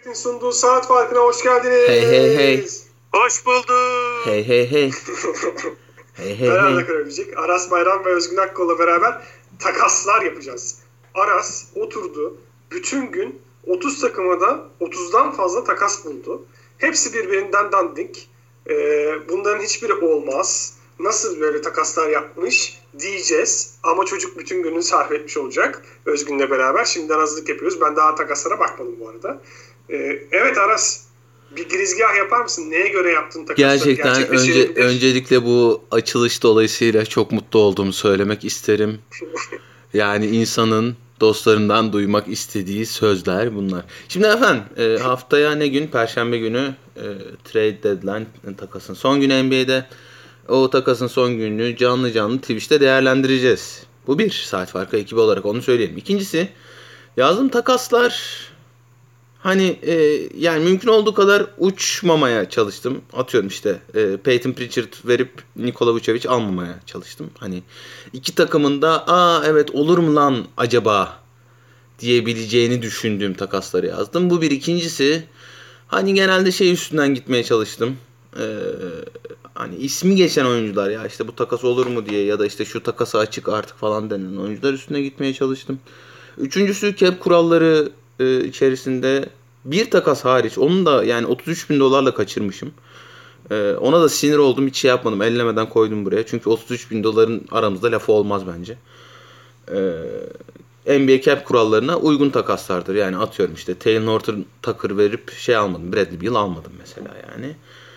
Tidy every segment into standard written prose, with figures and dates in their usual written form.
Sunduğu saat farkına hoş geldiniz. Hey hey hey. Hoş bulduk. Hey hey hey. Hey hey Beraber hey. kurabilecek. Aras Bayram ve Özgün Akkol'la beraber takaslar yapacağız. Aras oturdu. Bütün gün 30 takıma da 30'dan fazla takas buldu. Hepsi birbirinden dandik. Bunların hiçbiri olmaz. Nasıl böyle takaslar yapmış diyeceğiz. Ama çocuk bütün gününü sarf etmiş olacak. Özgün'le beraber. Şimdiden hazırlık yapıyoruz. Ben daha takaslara bakmadım bu arada. Evet Aras. Bir girizgah yapar mısın? Neye göre yaptın takasları? Gerçekten öncelikle bu açılış dolayısıyla çok mutlu olduğumu söylemek isterim. Yani insanın dostlarından duymak istediği sözler bunlar. Şimdi efendim haftaya ne gün? Perşembe günü trade deadline takasın son günü NBA'de. O takasın son gününü canlı Twitch'te değerlendireceğiz. Bu bir saat farkı ekibi olarak onu söyleyelim. İkincisi yazdığım takaslar hani yani mümkün olduğu kadar uçmamaya çalıştım. Atıyorum işte Peyton Pritchard verip Nikola Vucevic almamaya çalıştım. Hani iki takımın da evet olur mu lan acaba diyebileceğini düşündüğüm takasları yazdım. Bu bir. İkincisi hani genelde şey üstünden gitmeye çalıştım. Hani ismi geçen oyuncular ya işte bu takas olur mu diye ya da işte şu takası açık artık falan denen oyuncular üstüne gitmeye çalıştım. Üçüncüsü cap kuralları içerisinde bir takas hariç onun da yani $33.000 kaçırmışım. Ona da sinir oldum, hiç şey yapmadım, ellemeden koydum buraya. Çünkü $33.000 aramızda lafı olmaz bence. NBA cap kurallarına uygun takaslardır. Yani atıyorum işte Taylor Horton Tucker verip şey almadım, Bradley Beal almadım mesela yani.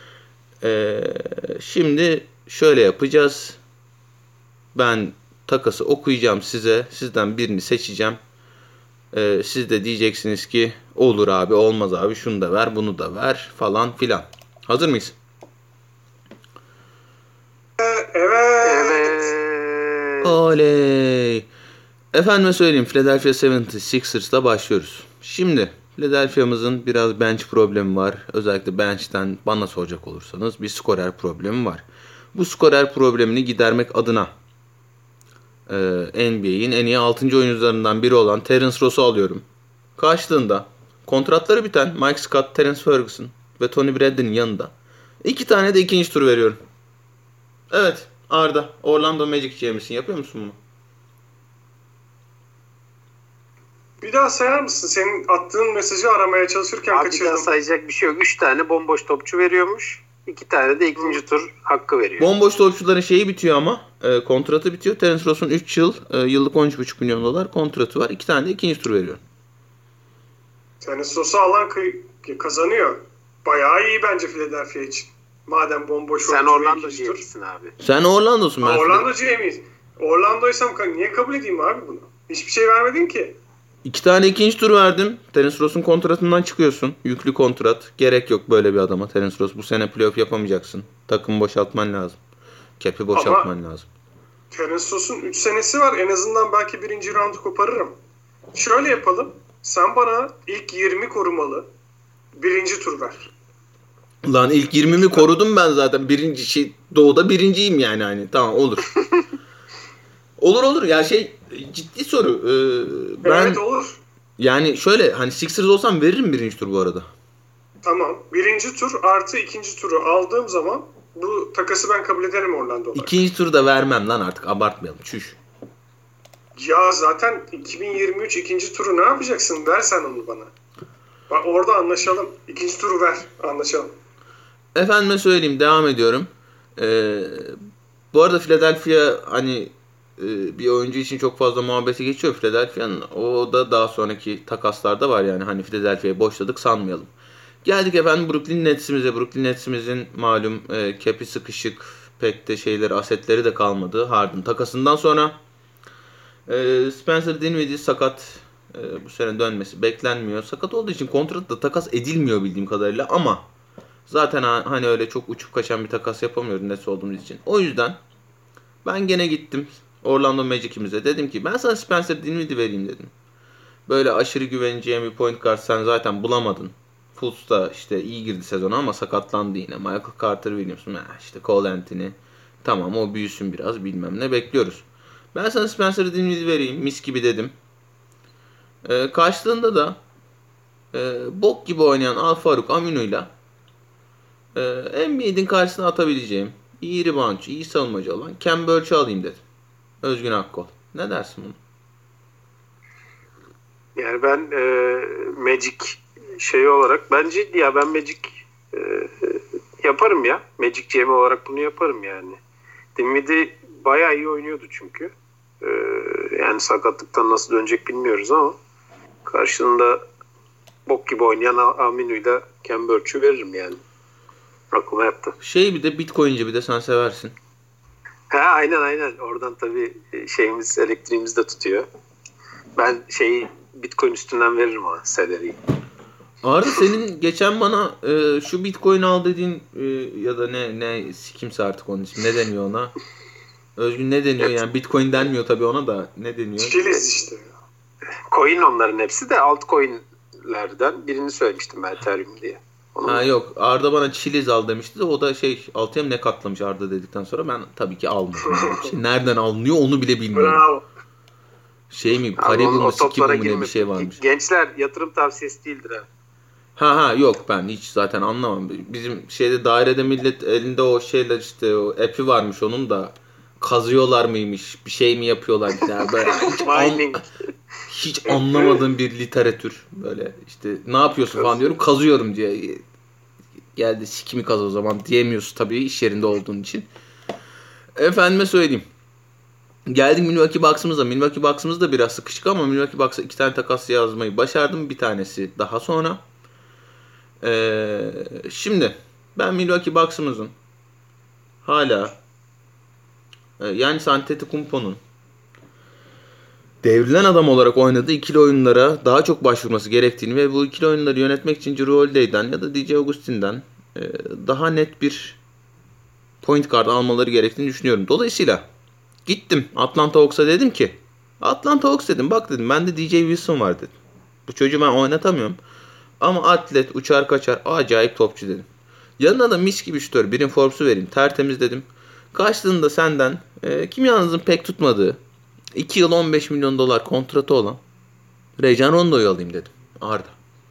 Şimdi şöyle yapacağız. Ben takası okuyacağım size. Sizden birini seçeceğim. Siz de diyeceksiniz ki olur abi, olmaz abi, şunu da ver, bunu da ver falan filan. Hazır mıyız? Evet. Oley. Efendime söyleyeyim, Philadelphia 76ers'la başlıyoruz. Şimdi Philadelphia'mızın biraz bench problemi var. Özellikle bench'ten bana soracak olursanız bir skorer problemi var. Bu skorer problemini gidermek adına NBA'in en iyi 6. oyuncularından biri olan Terence Ross'u alıyorum. Karşılığında kontratları biten Mike Scott, Terence Ferguson ve Tony Bradley'nin yanında 2 tane de ikinci tur veriyorum. Evet Arda, Orlando Magic misin? Yapıyor musun bunu? Bir daha sayar mısın? Senin attığın mesajı aramaya çalışırken Abi kaçırdım. bir daha sayacak bir şey yok. 3 tane bomboş topçu veriyormuş. 2 tane de ikinci tur hakkı veriyor. Bomboş topçuların şeyi bitiyor ama kontratı bitiyor. Terence Ross'un 3 yıl yıllık $13,5 milyon kontratı var. 2 tane de ikinci tur veriyor. Terence Ross'u alan kazanıyor. Bayağı iyi bence Philadelphia için. Madem bomboş Sen Orlando'cuymuşsun abi. Sen Orlando'sun. Orlando'cuyum. Orlando'ysam niye kabul edeyim abi bunu? Hiçbir şey vermedin ki. 2 tane ikinci tur verdim. Terence Ross'un kontratından çıkıyorsun. Yüklü kontrat. Gerek yok böyle bir adama. Terence Ross bu sene playoff yapamayacaksın. Takımı boşaltman lazım. Cap'i boşaltman lazım. Terence Ross'un 3 senesi var. En azından belki birinci roundu koparırım. Şöyle yapalım. Sen bana ilk 20 korumalı birinci tur ver. Lan ilk 20'mi korudum ben zaten. Doğuda birinciyim yani hani. Tamam olur. olur ya ciddi soru. Evet olur. Yani şöyle hani Sixers olsam veririm birinci tur bu arada. Tamam. Birinci tur artı ikinci turu aldığım zaman bu takası ben kabul ederim Orlando olarak. İkinci turu da vermem lan, artık abartmayalım. Çüş. Ya zaten 2023 ikinci turu ne yapacaksın? Ver sen onu bana. Bak orada anlaşalım. İkinci turu ver. Anlaşalım. Efendime söyleyeyim, devam ediyorum. Bu arada Philadelphia hani bir oyuncu için çok fazla muhabbeti geçiyor Philadelphia'nın. O da daha sonraki takaslarda var yani, hani Philadelphia'yı boşladık sanmayalım. Geldik efendim Brooklyn Nets'imize. Brooklyn Nets'imizin malum cap'i sıkışık, pek de asetleri de kalmadı Harden takasından sonra. Spencer Dinwiddie sakat. Bu sene dönmesi beklenmiyor. Sakat olduğu için kontratı da takas edilmiyor bildiğim kadarıyla ama zaten hani öyle çok uçup kaçan bir takas yapamıyoruz Nets olduğumuz için. O yüzden ben gene gittim Orlando Magic'imize. Dedim ki ben sana Spencer Dinwiddie vereyim dedim. Böyle aşırı güveneceğim bir point guard sen zaten bulamadın. Fultz da işte iyi girdi sezona ama sakatlandı yine. Michael Carter Williams, işte Cole Anthony. Tamam o büyüsün biraz, bilmem ne bekliyoruz. Ben sana Spencer Dinwiddie vereyim mis gibi dedim. Karşılığında da bok gibi oynayan Al-Farouq Amino'yla Embiid'in karşısına atabileceğim iyi reboundçı, iyi savunmacı olan Kem Birch'i alayım dedim. Özgün Akkol. Ne dersin bunu? Yani ben Magic şeyi olarak bence ya ben Magic yaparım ya. Magic GM olarak bunu yaparım yani. Dinwiddie bayağı iyi oynuyordu çünkü. Yani sakatlıktan nasıl dönecek bilmiyoruz ama karşında bok gibi oynayan Aminu'yla Kem Birch'ü veririm yani. Aklıma yattı. Bir de Bitcoin'ci bir de sen seversin. Ha aynen. Oradan tabii şeyimiz elektriğimiz de tutuyor. Ben Bitcoin üstünden veririm ona Celery'i. Arda senin geçen bana şu Bitcoin al dediğin ya da ne kimse artık onun için ne deniyor ona? Özgün ne deniyor yani Bitcoin denmiyor tabii ona da ne deniyor? Filiz işte. Coin onların hepsi de altcoin'lerden birini söylemiştim ben Ethereum diye. Yok Arda bana Chiliz al demişti de o da altıya mı ne katlamış Arda dedikten sonra ben tabii ki almadım. Nereden alınıyor onu bile bilmiyorum. Bravo. Paribu mu Sikibu mu ne bir şey varmış. Gençler yatırım tavsiyesi değildir ha. Yok ben hiç zaten anlamam. Bizim dairede millet elinde o o app'i varmış onun da kazıyorlar mıymış bir şey mi yapıyorlar yani böyle hiç anlamadığım bir literatür böyle ne yapıyorsun falan diyorum kazıyorum diye geldi sikimi kaz o zaman diyemiyorsun tabii iş yerinde olduğun için. Efendime söyleyeyim. Geldik Milwaukee Bucks'ımıza. Milwaukee Bucks'ımız da biraz sıkışık ama Milwaukee Bucks'a 2 tane takas yazmayı başardım. Bir tanesi daha sonra. Şimdi ben Milwaukee Bucks'ımızın hala Giannis Antetokounmpo'nun devrilen adam olarak oynadığı ikili oyunlara daha çok başvurması gerektiğini ve bu ikili oyunları yönetmek için Jrue Holiday'den ya da DJ Augustin'den daha net bir point guard almaları gerektiğini düşünüyorum. Dolayısıyla gittim Atlanta Hawks'a dedim ki Atlanta Hawks dedim bak dedim bende DJ Wilson var dedim. Bu çocuğu ben oynatamıyorum. Ama atlet, uçar kaçar, acayip topçu dedim. Yanına da mis gibi şutör, birin Forbes'u vereyim, tertemiz dedim. Karşılığında senden kimyanızın pek tutmadığı 2 yıl 15 milyon dolar kontratı olan Rajon Rondo'yu alayım dedim. Arda.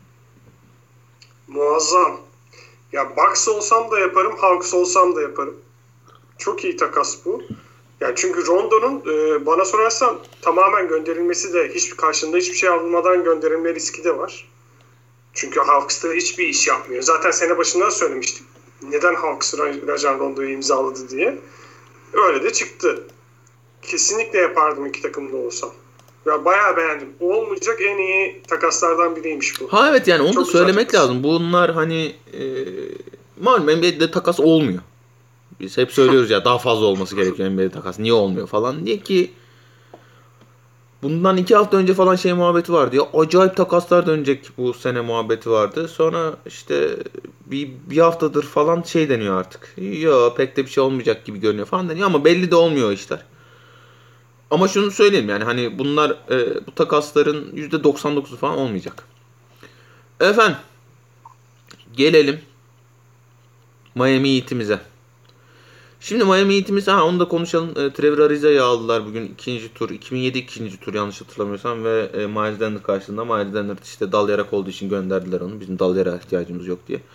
Muazzam. Ya Bucks olsam da yaparım, Hawks olsam da yaparım. Çok iyi takas bu. Yani çünkü Rondo'nun bana sorarsan tamamen gönderilmesi de karşında hiçbir şey alınmadan gönderilme riski de var. Çünkü Hawks'ta hiçbir iş yapmıyor. Zaten sene başından söylemiştik. Neden Hawks Rajon Rondo'yu imzaladı diye. Öyle de çıktı. Kesinlikle yapardım iki takımda olsam. Ya bayağı beğendim. Olmayacak en iyi takaslardan biriymiş bu. Ha evet yani onu çok da söylemek takas. lazım. Bunlar malum NBA'de takas olmuyor. Biz hep söylüyoruz ya daha fazla olması gerekiyor NBA'de takas. Niye olmuyor falan diye ki bundan 2 hafta önce falan muhabbeti vardı ya. Acayip takaslar dönecek bu sene muhabbeti vardı. Sonra bir haftadır falan deniyor artık. Ya pek de bir şey olmayacak gibi görünüyor falan deniyor ama belli de olmuyor işler. Ama şunu söyleyeyim yani hani bunlar bu takasların %99'u falan olmayacak. Efendim gelelim Miami Heat'imize. Şimdi Miami Heat'imiz onu da konuşalım. Trevor Ariza'yı aldılar bugün ikinci tur. 2007 ikinci tur yanlış hatırlamıyorsam ve Miles Leonard karşısında. Miles Leonard dalayarak olduğu için gönderdiler onu. Bizim dalayara ihtiyacımız yok diye.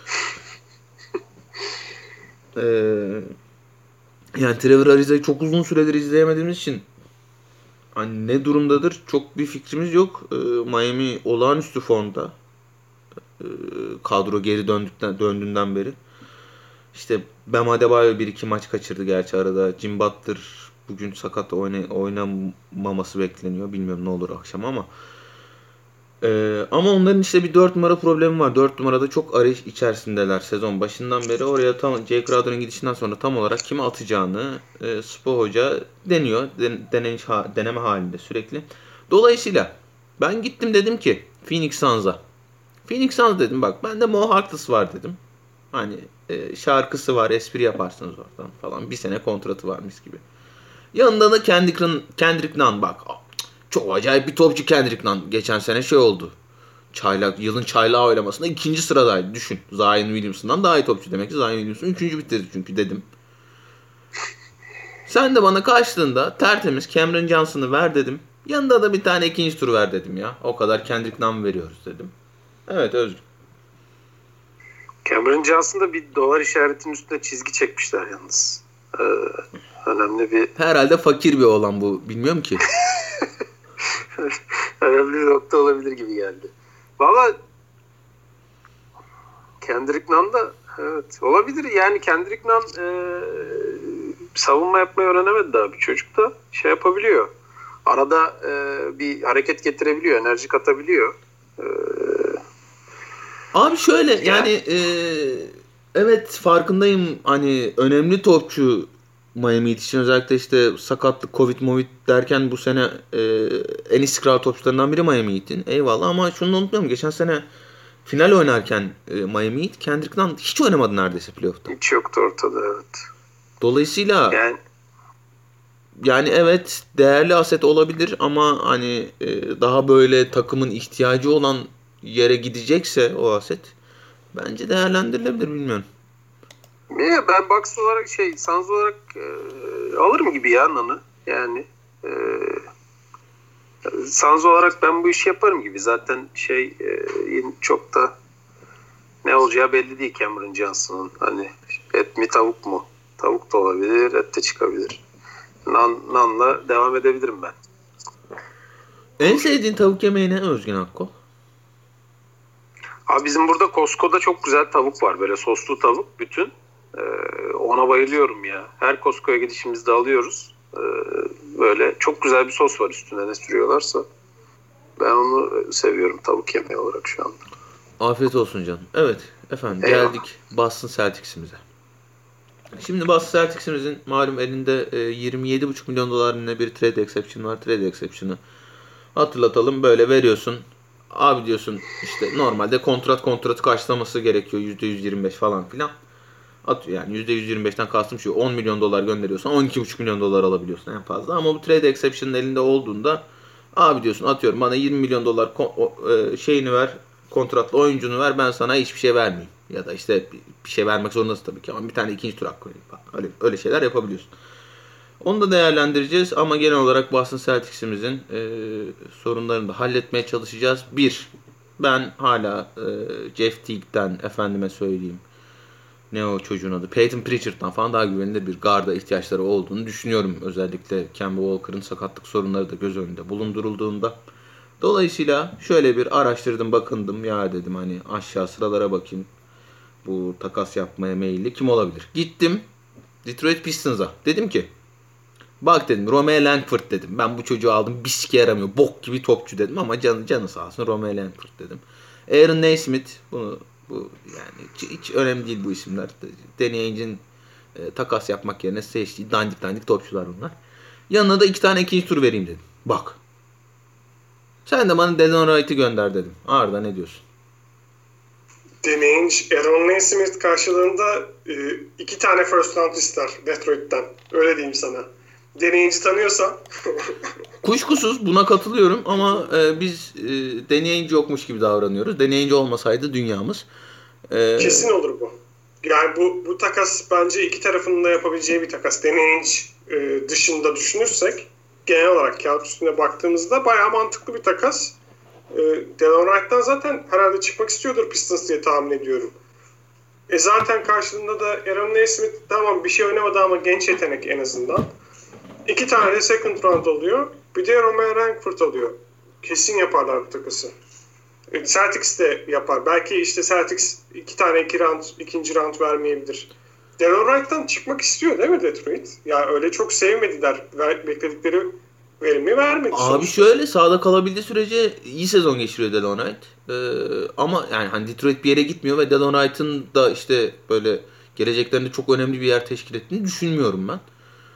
Yani Trevor Ariza'yı çok uzun süredir izleyemediğimiz için hani ne durumdadır çok bir fikrimiz yok. Miami olağanüstü formda. Kadro geri döndüğünden beri. Bam Adebayo 1-2 maç kaçırdı gerçi arada. Jim Butler bugün sakat oynamaması bekleniyor. Bilmiyorum ne olur akşam ama. Ama onların bir 4 numara problemi var. 4 numarada çok arayış içerisindeler sezon başından beri. Oraya Jay Crowder'ın gidişinden sonra tam olarak kime atacağını Spo Hoca deniyor. Deneme halinde sürekli. Dolayısıyla ben gittim dedim ki Phoenix Suns'a. Phoenix Suns dedim bak bende Mo Harkless var dedim. Hani şarkısı var espri yaparsınız oradan falan. Bir sene kontratı varmış gibi. Yanında da Kendrick Nunn bak. Çok acayip bir topçu Kendrick Nunn. Geçen sene oldu. Yılın çaylağı oylamasında 2. sıradaydı. Düşün. Zion Williamson'dan daha iyi topçu demek ki. Zion Williamson 3. bitirdi çünkü dedim. Sen de bana karşılığında tertemiz Cameron Johnson'ı ver dedim. Yanında da bir tane 2. tur ver dedim ya. O kadar Kendrick Nunn veriyoruz dedim. Evet Özgür. Cameron Johnson'da bir dolar işaretinin üstüne çizgi çekmişler yalnız. Önemli bir Herhalde fakir bir oğlan bu. Bilmiyorum ki. önemli bir nokta olabilir gibi geldi. Valla Kendrick Nunn da evet olabilir. Yani Kendrick Nunn savunma yapmayı öğrenemedi daha bir çocuk da şey yapabiliyor. Arada bir hareket getirebiliyor, enerji katabiliyor. Abi şöyle yani evet farkındayım hani önemli topçu Miami Heat için özellikle işte sakatlık, Covid derken bu sene en istikrarlı topçularından biri Miami Heat'in. Eyvallah ama şunu da unutmayalım. Geçen sene final oynarken Miami Heat Kendrick Nunn hiç oynamadı neredeyse playoff'ta. Hiç yoktu ortada evet. Dolayısıyla yani evet değerli aset olabilir ama hani daha böyle takımın ihtiyacı olan yere gidecekse o aset bence değerlendirilebilir bilmiyorum. Ben Bucks olarak Suns olarak alırım gibi ya Nan'ı. Yani Suns olarak ben bu işi yaparım gibi. Zaten çok da ne olacağı belli değil Cameron Johnson'ın. Hani et mi tavuk mu? Tavuk da olabilir, et de çıkabilir. Nan'la devam edebilirim ben. En sevdiğin tavuk yemeği ne Özgün Akkol? Abi bizim burada Costco'da çok güzel tavuk var. Böyle soslu tavuk bütün. Ona bayılıyorum ya. Her Costco'ya gidişimizde alıyoruz. Böyle çok güzel bir sos var üstüne ne sürüyorlarsa. Ben onu seviyorum tavuk yemeği olarak şu anda. Afiyet olsun canım. Evet efendim Eyvallah. geldik Boston Celtics'imize. Şimdi Boston Celtics'imizin malum elinde $27,5 milyon bir trade exception var. Trade exception'ı hatırlatalım. Böyle veriyorsun. Abi diyorsun işte normalde kontratı karşılaması gerekiyor. %125 falan filan. Yani %125'ten kastım şu 10 milyon dolar gönderiyorsan 12,5 milyon dolar alabiliyorsun en fazla. Ama bu trade exception'ın elinde olduğunda abi diyorsun atıyorum bana 20 milyon dolar şeyini ver, kontratlı oyuncunu ver, ben sana hiçbir şey vermeyeyim. Ya da işte bir şey vermek zorundasın tabii ki ama bir tane ikinci tur hakkı vereyim falan. Öyle şeyler yapabiliyorsun. Onu da değerlendireceğiz ama genel olarak Boston Celtics'imizin sorunlarını da halletmeye çalışacağız. Ben hala Jeff Teague'den efendime söyleyeyim. Ne o çocuğun adı? Peyton Pritchard'dan falan daha güvenilir bir garda ihtiyaçları olduğunu düşünüyorum. Özellikle Kemba Walker'ın sakatlık sorunları da göz önünde bulundurulduğunda. Dolayısıyla şöyle bir araştırdım, bakındım. Ya dedim hani aşağı sıralara bakayım. Bu takas yapmaya meyilli kim olabilir? Gittim Detroit Pistons'a. Dedim ki bak dedim Romeo Langford dedim. Ben bu çocuğu aldım bir sike yaramıyor. Bok gibi topçu dedim ama canı sağ olsun Romeo Langford dedim. Aaron Nesmith bu yani hiç önemli değil bu isimler. Danny Ainge'in takas yapmak yerine seçtiği dandik topçular bunlar. Yanına da 2 tane ikinci tur vereyim dedim. Bak. Sen de bana Delon Wright'ı gönder dedim. Arda ne diyorsun? Danny Ainge, Aaron Nesmith karşılığında 2 tane first round ister Detroit'ten. Öyle diyeyim sana. Danny Ainge'i tanıyorsan. Kuşkusuz buna katılıyorum ama biz Danny Ainge yokmuş gibi davranıyoruz. Danny Ainge olmasaydı dünyamız. Kesin olur bu. Yani bu takas bence iki tarafının da yapabileceği bir takas. Danny Ainge dışında düşünürsek genel olarak kağıt üstüne baktığımızda bayağı mantıklı bir takas. Delon Wright'tan zaten herhalde çıkmak istiyordur Pistons diye tahmin ediyorum. Zaten karşılığında da Aaron Nesmith tamam bir şey oynamadı ama genç yetenek en azından. 2 tane de second round oluyor. Bir de Romeo Langford oluyor. Kesin yaparlar bu takası. Celtics de yapar. Belki işte Celtics 2 tane ikinci round vermeyebilir. Delon Wright'tan çıkmak istiyor değil mi Detroit? Ya öyle çok sevmediler. Bekledikleri verimi vermedi. Abi sonuçta. şöyle sahada kalabildiği sürece iyi sezon geçiriyor Delon Wright. Ama yani hani Detroit bir yere gitmiyor ve Delon Wright'ın da işte böyle geleceklerinde çok önemli bir yer teşkil ettiğini düşünmüyorum ben.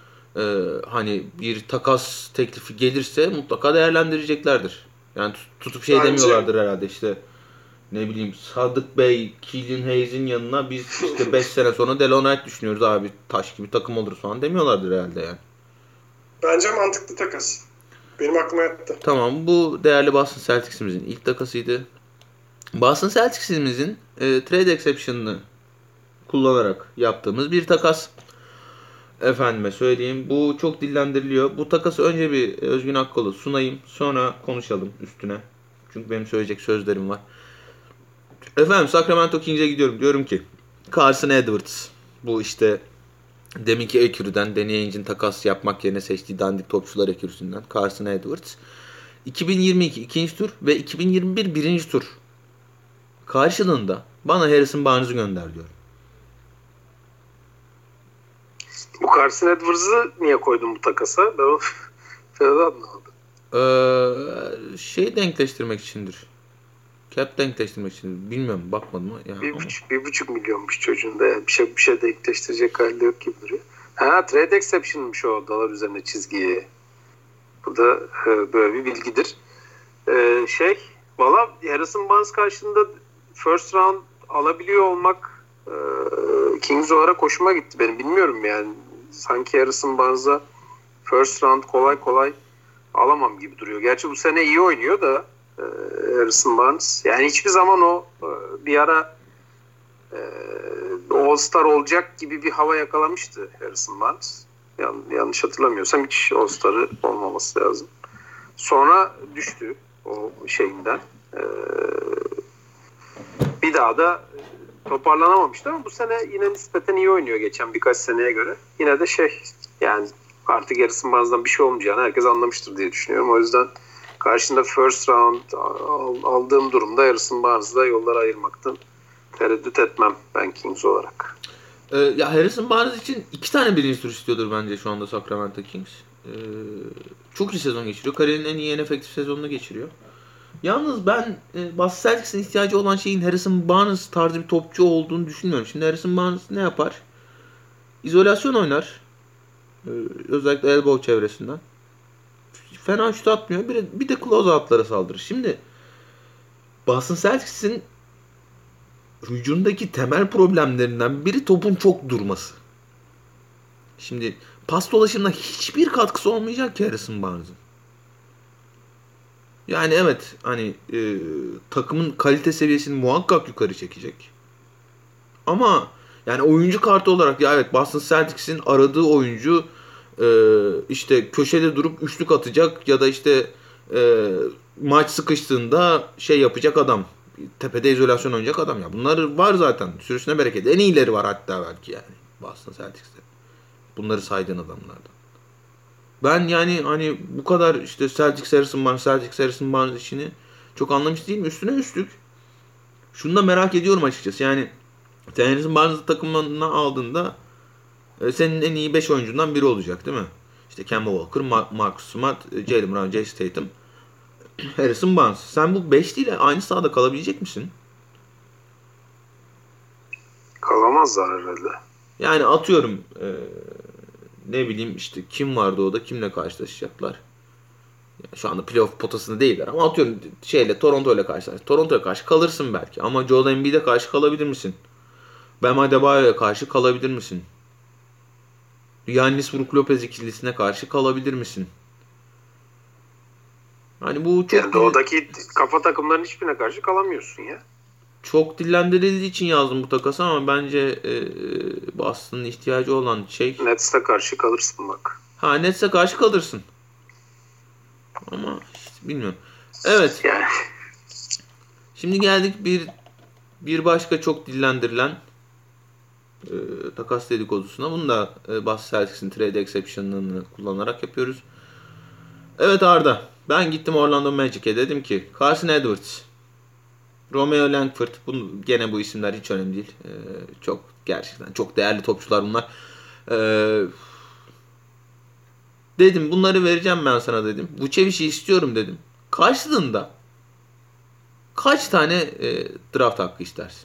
Hani bir takas teklifi gelirse mutlaka değerlendireceklerdir. Yani tutup şey Bence- demiyorlardır herhalde işte ne bileyim Sadık Bey, Killian Hayes'in yanına biz işte 5 sene sonra Delon Wright düşünüyoruz abi taş gibi takım oluruz falan demiyorlardır herhalde yani. Bence mantıklı takas. Benim aklıma yattı. Tamam bu değerli Boston Celtics'imizin ilk takasıydı. Boston Celtics'imizin trade exception'ını kullanarak yaptığımız bir takas. Efendime söyleyeyim. Bu çok dillendiriliyor. Bu takası önce bir Özgün Akkol'u sunayım. Sonra konuşalım üstüne. Çünkü benim söyleyecek sözlerim var. Efendim Sacramento Kings'e gidiyorum. Diyorum ki Carson Edwards. Bu işte deminki ekürüden Danny Ainge'in takas yapmak yerine seçtiği dandik topçular ekürüsünden Carson Edwards. 2022 ikinci tur ve 2021 birinci tur. Karşılığında bana Harrison Barnes'ı gönder diyorum. Bu Carson Edwards'ı niye koydun bu takasa? Ben onu anlamadım. Denkleştirmek içindir. Cap denkleştirmek için. Bilmiyorum, bakmadım mı? Yani 1,5 milyonmuş çocuğun da. Yani bir şey denkleştirecek halde yok gibi duruyor. Trade exception'mış o dolar üzerine çizgiye. Bu da böyle bir bilgidir. Valla Harrison Barnes karşılığında first round alabiliyor olmak Kings olarak hoşuma gitti benim. Bilmiyorum yani. Sanki Harrison Barnes'a first round kolay kolay alamam gibi duruyor. Gerçi bu sene iyi oynuyor da Harrison Barnes. Yani hiçbir zaman o bir ara All-Star olacak gibi bir hava yakalamıştı Harrison Barnes. Yanlış hatırlamıyorsam hiç All-Star'ı olmaması lazım. Sonra düştü o şeyinden. Bir daha da toparlanamamıştı ama bu sene yine nispeten iyi oynuyor geçen birkaç seneye göre. Yine de yani artık Harrison Barnes'dan bir şey olmayacağını herkes anlamıştır diye düşünüyorum. O yüzden karşında first round aldığım durumda Harrison Barnes'la yolları ayırmaktan tereddüt etmem ben Kings olarak. Ya Harrison Barnes için 2 tane birinci tur istiyordur bence şu anda Sacramento Kings. Çok iyi sezon geçiriyor. Kariyerinin en iyi en efektif sezonunu geçiriyor. Yalnız ben Boston Celtics'in ihtiyacı olan şeyin Harrison Barnes tarzı bir topçu olduğunu düşünmüyorum. Şimdi Harrison Barnes ne yapar? İzolasyon oynar. Özellikle elbow çevresinden. Fena şut atmıyor. Bir de close out'lara saldırır. Şimdi Boston Celtics'in hücumdaki temel problemlerinden biri topun çok durması. Şimdi pas dolaşımına hiçbir katkısı olmayacak ki Harrison Barnes'ın. Yani evet hani takımın kalite seviyesini muhakkak yukarı çekecek. Ama yani oyuncu kartı olarak ya evet Boston Celtics'in aradığı oyuncu işte köşede durup üçlük atacak ya da işte maç sıkıştığında yapacak adam. Tepede izolasyon oynayacak adam ya. Bunlar var zaten. Sürüsüne bereket. En iyileri var hatta belki yani Boston Celtics'te. Bunları saydığın adamlardan. Ben yani hani bu kadar işte Celtics Harrison Barnes işini çok anlamış değilim. Üstüne üstlük şunu da merak ediyorum açıkçası. Yani sen Harrison Barnes'ı takımına aldığında senin en iyi 5 oyuncundan biri olacak değil mi? İşte Kemba Walker, Marcus Smart, Jaylen Brown, Jason Tatum, Harrison Barnes. Sen bu 5 ile aynı sahada kalabilecek misin? Kalamazlar herhalde. Yani atıyorum ne bileyim işte kim vardı o da kimle karşılaşacaklar. Yani şu anda playoff potasında değiller ama atıyorum Toronto ile karşılaşacak. Toronto'ya karşı kalırsın belki ama Joel Embiid'e karşı kalabilir misin? Bam Adebayo'ya karşı kalabilir misin? Giannis Brook Lopez ikilisine karşı kalabilir misin? Hani bu çok yani doğudaki kafa takımların hiçbirine karşı kalamıyorsun ya. Çok dillendirildiği için yazdım bu takası ama bence Boston'ın ihtiyacı olan şey... Nets'e karşı kalırsın bak. Nets'e karşı kalırsın. Ama işte bilmiyorum. Evet. Yani. Şimdi geldik bir başka çok dillendirilen takas dedikodusuna. Bunu da Boston Celtics'in trade exception'ını kullanarak yapıyoruz. Evet Arda. Ben gittim Orlando Magic'e dedim ki Carson Edwards, Romeo Langford, gene bu isimler hiç önemli değil. Çok gerçekten çok değerli topçular bunlar. Dedim bunları vereceğim ben sana dedim. Vucevic'i istiyorum dedim. Karşılığında kaç tane draft hakkı istersin?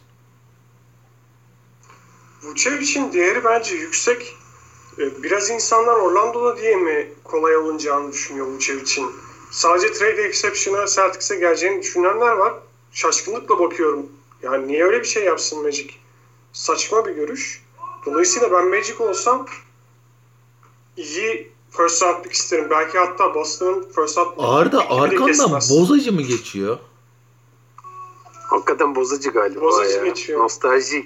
Vucevic'in değeri bence yüksek. Biraz insanlar Orlando'da diye mi kolay alınacağını düşünüyor Vucevic'in. Sadece trade exception'a Celtics'e geleceğini düşünenler var. Şaşkınlıkla bakıyorum. Yani niye öyle bir şey yapsın Magic? Saçma bir görüş. Dolayısıyla ben Magic olsam iyi first round pick isterim. Belki hatta Boston'ın first round pick Arda arkandan bozacı mı geçiyor? Hakikaten bozacı galiba. Bozacı ya. Geçiyor. Nostaljik.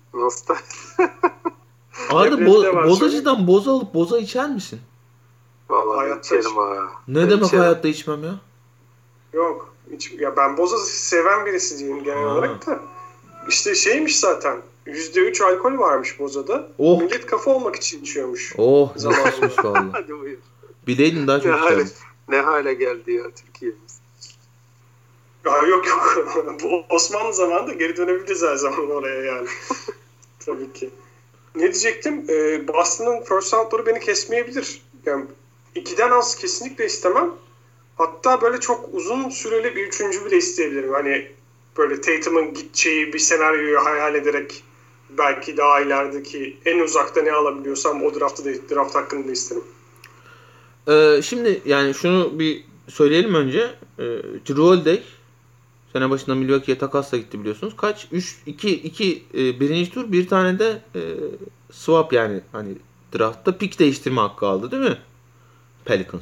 Arda bozacıdan boza alıp boza içer misin? Vallahi hayatta içerim ha. Ne demek hayatta içmem ya? Yok. Ya ben boza seven birisi diyeyim genel olarak da. işte şeymiş zaten. %3 alkol varmış bozada. Oh. Millet kafa olmak için içiyormuş. Oh Zamanında. nasılmış valla. Hadi buyur. Bileydim daha Ne çok hale, içerdim. ne hale geldi ya Türkiye'miz. Ya yok. Bu Osmanlı zamanında geri dönebiliriz her zaman oraya yani. Tabii ki. Ne diyecektim? Boston'ın first round'ları beni kesmeyebilir. Yani 2'den az kesinlikle istemem. Hatta böyle çok uzun süreli bir üçüncü bile isteyebilirim. Hani böyle Tatum'un gideceği bir senaryoyu hayal ederek belki daha ilerideki en uzakta ne alabiliyorsam o draft hakkını da isterim. Şimdi yani şunu bir söyleyelim önce. Jrue Holiday sene başında Milwaukee'ye takasla gitti biliyorsunuz. Kaç? 2 birinci tur, bir tane de swap yani hani draftta pick değiştirme hakkı aldı değil mi? Pelicans.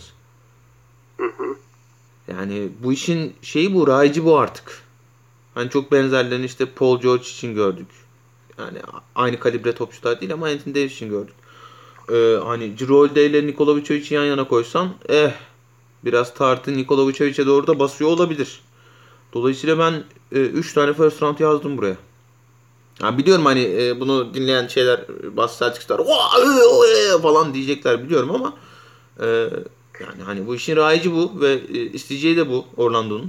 Yani bu işin şeyi bu, raycı bu artık. Hani çok benzerlerini işte Paul George için gördük. Yani aynı kalibre topçular değil ama Anthony Davis için gördük. Hani Jrue Holiday ile Nikola Vucevic'i yan yana koysan biraz tartı Nikola Vucevic'e doğru da basıyor olabilir. Dolayısıyla ben 3 tane first round yazdım buraya. Ya biliyorum hani bunu dinleyen şeyler bazı Celtics'ler falan diyecekler biliyorum ama yani hani bu işin raycı bu ve isteyeceği de bu Orlando'nun.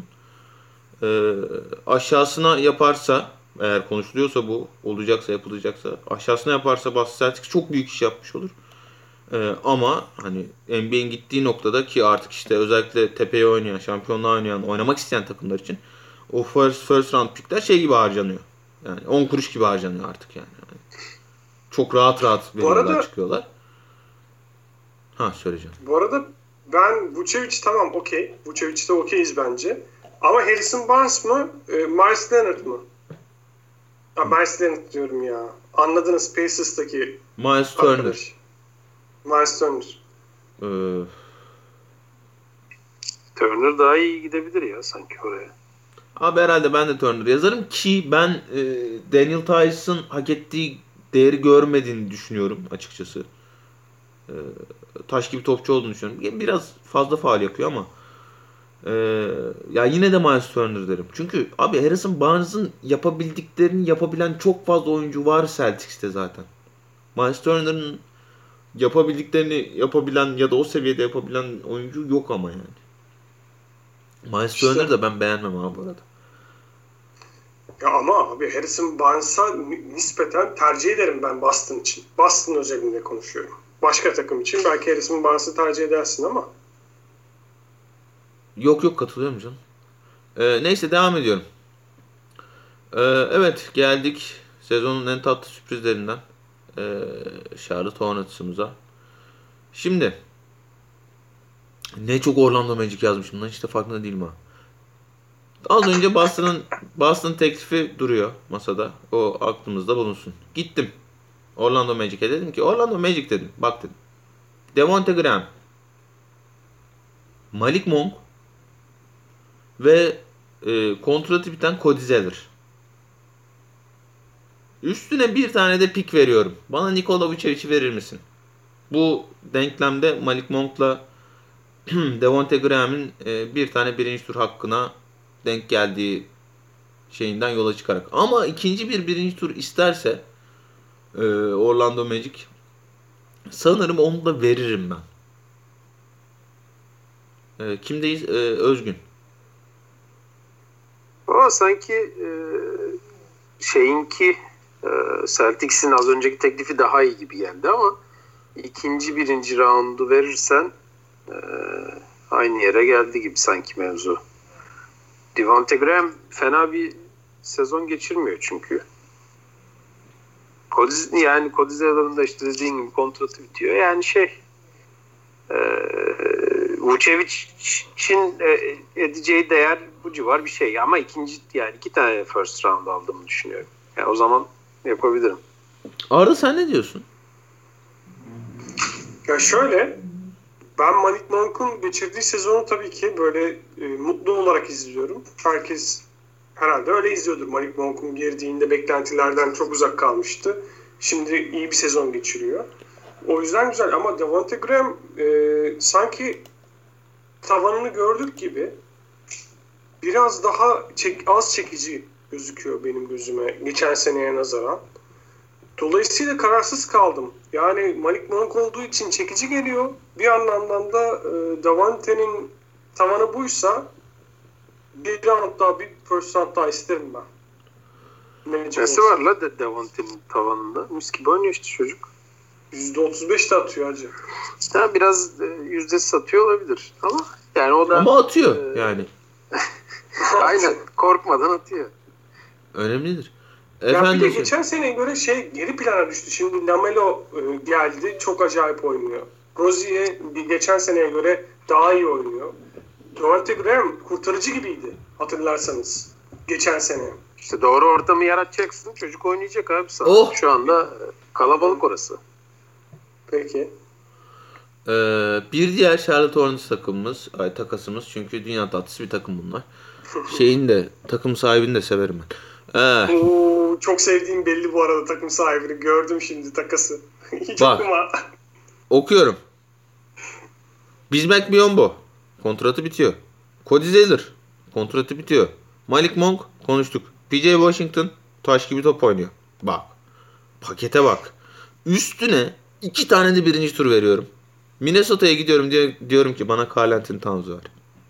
Aşağısına yaparsa, eğer konuşuluyorsa, bu olacaksa, yapılacaksa, aşağısına yaparsa Boston Celtics çok büyük iş yapmış olur. Ama hani NBA'in gittiği noktada ki artık işte özellikle tepeye oynayan, şampiyonluğa oynayan, oynamak isteyen takımlar için o first round pickler şey gibi harcanıyor. Yani 10 kuruş gibi harcanıyor artık yani. Çok rahat veriyorlar, çıkıyorlar. Söyleyeceğim. Bu arada ben Vucevic tamam okey. Vucevic'te okeyiz bence. Ama Harrison Barnes mı? Myles Leonard mı? Myles Leonard diyorum ya. Anladınız, Pacers'taki Myles Turner. arkadaş. Myles Turner. Turner daha iyi gidebilir ya sanki oraya. Abi herhalde ben de Turner yazarım ki ben Daniel Tice'ın hak ettiği değeri görmediğini düşünüyorum açıkçası. Taş gibi topçu olduğunu düşünüyorum. Biraz fazla faul yapıyor ama ya yine de Myles Turner derim. Çünkü abi Harrison Barnes'ın yapabildiklerini yapabilen çok fazla oyuncu var Celtics'te zaten. Myles Turner'ın yapabildiklerini yapabilen ya da o seviyede yapabilen oyuncu yok ama yani. Miles Turner'ı da ben beğenmem abi bu arada. Ya ama abi Harrison Barnes'a nispeten tercih ederim ben Boston için. Boston özelinde konuşuyorum. Başka takım için belki Harrison Barnes'ı tercih edersin ama. Yok katılıyorum canım. Neyse devam ediyorum. Evet geldik sezonun en tatlı sürprizlerinden Charlotte Hornets'ımıza. Şimdi ne çok Orlando Magic yazmışım lan, hiç de farkında değilim ha. Az önce Boston teklifi duruyor masada. O aklımızda bulunsun. Gittim Orlando Magic'e, dedim ki Orlando Magic dedim. Bak dedim. Devonte Graham, Malik Monk ve kontratı biten Cody Zeller. Üstüne bir tane de pick veriyorum. Bana Nikola Vucevic'i verir misin? Bu denklemde Malik Monk'la Devonte Graham'in bir tane birinci tur hakkına denk geldiği şeyinden yola çıkarak. Ama ikinci birinci tur isterse Orlando Magic, sanırım onu da veririm ben. Kimdeyiz? Özgün. Ama sanki Celtics'in az önceki teklifi daha iyi gibi geldi ama birinci roundu verirsen aynı yere geldi gibi sanki mevzu. Devonte Graham fena bir sezon geçirmiyor çünkü. Cody Zeller'ın da işte dediğin gibi kontratı bitiyor. Yani Vucevic'in edeceği değer bu civar bir şey. Ama iki tane first round aldığımı düşünüyorum. Yani o zaman yapabilirim. Arda sen ne diyorsun? Ya şöyle, ben Malik Monk'un geçirdiği sezonu tabii ki böyle mutlu olarak izliyorum. Herkes herhalde öyle izliyordur. Malik Monk'un girdiğinde beklentilerden çok uzak kalmıştı. Şimdi iyi bir sezon geçiriyor. O yüzden güzel ama Devonte Graham sanki tavanını gördük gibi biraz daha az çekici gözüküyor benim gözüme geçen seneye nazaran. Dolayısıyla kararsız kaldım. Yani Malik Monk olduğu için çekici geliyor. Bir anlamdan da Davante'nin tavanı buysa bir round daha, bir first round daha isterim ben. Nesi var la Davante'nin tavanında? Mis gibi oynuyor işte çocuk. %35 de atıyor hacı. Ha, biraz yüzdesi satıyor olabilir ama yani o da Ama atıyor yani. aynen korkmadan atıyor. Önemlidir. Ya bir de Efendim, geçen seneye göre geri plana düştü. Şimdi Lamelo geldi. Çok acayip oynuyor. Rozier geçen seneye göre daha iyi oynuyor. Devonte Graham kurtarıcı gibiydi hatırlarsanız. Geçen sene. İşte doğru ortamı yaratacaksın. Çocuk oynayacak abi sana. Oh! Şu anda kalabalık orası. Peki. bir diğer Charlotte Hornets takasımız, çünkü dünya tatlısı bir takım bunlar. Şeyin de, takım sahibini de severim ben. Oo, çok sevdiğim belli bu arada takım sahibini. Gördüm şimdi takası. Hiç Bak. okuma. Okuyorum. Bismack Biyombo kontratı bitiyor. Cody Zeller kontratı bitiyor. Malik Monk konuştuk. PJ Washington taş gibi top oynuyor. Bak. Pakete bak. Üstüne 2 tane de birinci tur veriyorum. Minnesota'ya gidiyorum diyorum ki bana Karl Anthony Towns ver.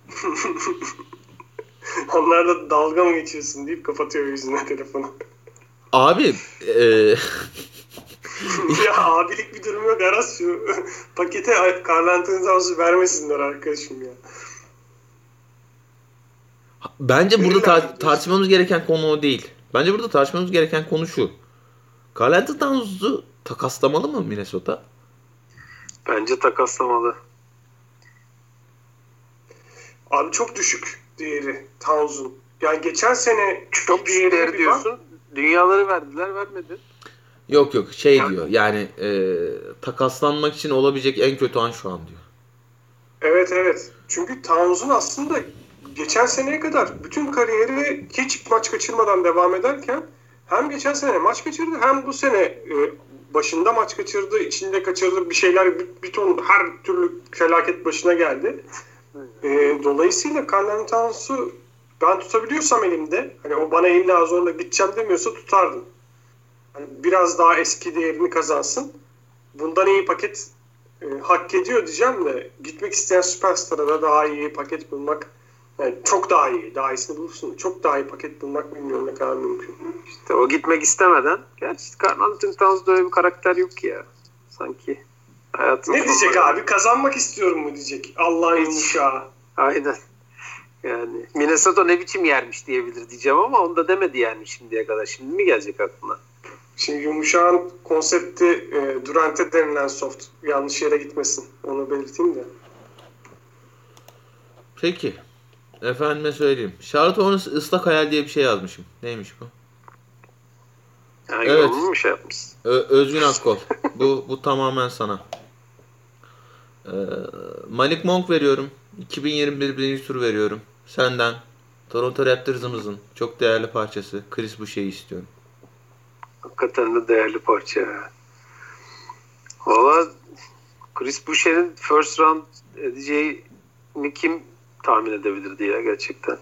Onlar da dalga mı geçiyorsun deyip kapatıyor yüzüne telefonu. Abi Ya abilik bir durum yok Aras, şu pakete Karl Anthony Towns'u vermesinler arkadaşım ya. bence burada Verirler. tartışmamız gereken konu o değil. Bence burada tartışmamız gereken konu şu. Karl Anthony Towns'u takaslamalı mı Minnesota? Bence takaslamalı. Abi çok düşük değeri Towns'un. Yani geçen sene Çok düşük değer diyorsun. Dünyaları verdiler, vermedi. Yok diyor. Yani takaslanmak için olabilecek en kötü an şu an diyor. Evet. Çünkü Towns'un aslında geçen seneye kadar bütün kariyeri hiç maç kaçırmadan devam ederken hem geçen sene maç kaçırdı hem bu sene başında maç kaçırdı, içinde kaçırdı bir şeyler, bir ton her türlü felaket başına geldi. Dolayısıyla Karl Anthony Towns'u ben tutabiliyorsam elimde, hani o bana illa zorla gideceğim demiyorsa tutardım. Hani biraz daha eski değerini kazansın. Bundan iyi paket hak ediyor diyeceğim de gitmek isteyen süperstara da daha iyi paket bulmak, yani çok daha iyi, daha iyisini bulursun. Çok daha iyi paket bulmak bilmiyorum ne kadar mümkün. İşte o gitmek istemeden. Gerçi Karl Anthony Towns'da öyle bir karakter yok ki ya. Sanki hayatın Ne diyecek sonları- abi? Kazanmak istiyorum mu diyecek. Allah'ın yumuşağı. Aynen. Yani Minnesota ne biçim yermiş diyebilir diyeceğim ama onu da demedi yani şimdiye kadar. Şimdi mi gelecek aklına? Şimdi yumuşağın konsepti Durant'e denilen soft. Yanlış yere gitmesin. Onu belirteyim de. Peki. Efendime söyleyeyim. Charlotte Hornets ıslak hayal diye bir şey yazmışım. Neymiş bu? Yani Evet. yorumlu mu şey yapmış? Özgün Akkol. Bu tamamen sana. Malik Monk veriyorum. 2021 birinci tur veriyorum. Senden Toronto Raptors'ımızın çok değerli parçası Chris Boucher'i istiyorum. Hakikaten de değerli parça ya. Valla Chris Boucher'in first round edeceğini kim tahmin edebilirdi ya gerçekten.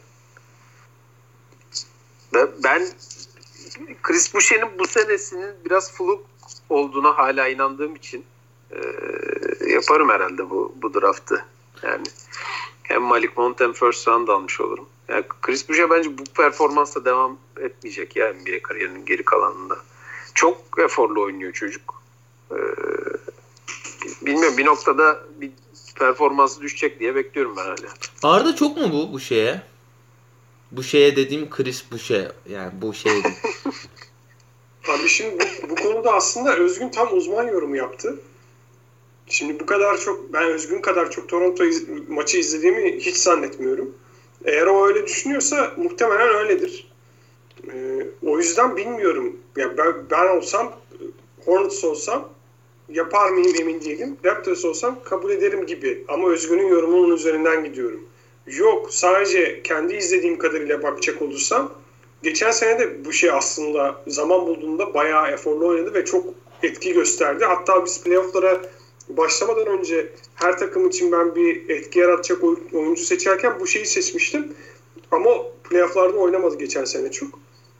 Ben Chris Boucher'in bu senesinin biraz fluk olduğuna hala inandığım için yaparım herhalde bu draftı. Yani hem Malik Monk hem first round almış olurum. Yani Chris Boucher bence bu performansla devam etmeyecek ya NBA kariyerinin geri kalanında. Çok eforlu oynuyor çocuk. Bilmiyorum, bir noktada bir performansı düşecek diye bekliyorum ben hala. Arda çok mu bu şeye? Bu şeye dediğim Chris Boucher. Yani bu şey değil. Abi şimdi bu konuda aslında Özgün tam uzman yorumu yaptı. Şimdi bu kadar çok, ben Özgün kadar çok Toronto maçı izlediğimi hiç zannetmiyorum. Eğer o öyle düşünüyorsa muhtemelen öyledir. O yüzden bilmiyorum. Ya ben olsam, Hornets olsam yapar mıyım emin değilim. Raptors olsam kabul ederim gibi. Ama Özgün'ün yorumunun üzerinden gidiyorum. Yok, sadece kendi izlediğim kadarıyla bakacak olursam geçen sene de bu şey aslında zaman bulduğunda bayağı eforlu oynadı ve çok etki gösterdi. Hatta biz playoff'lara başlamadan önce her takım için ben bir etki yaratacak oyuncu seçerken bu şeyi seçmiştim. Ama playoff'larda oynamadı geçen sene çok.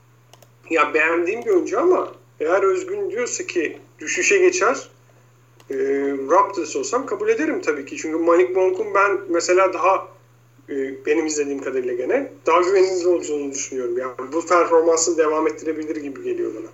Ya beğendiğim bir oyuncu ama eğer Özgün diyorsa ki düşüşe geçer, Raptors olsam kabul ederim tabii ki. Çünkü Malik Monk'un ben mesela daha benim izlediğim kadarıyla gene daha güvenilir olduğunu düşünüyorum. Yani bu performansını devam ettirebilir gibi geliyor bana.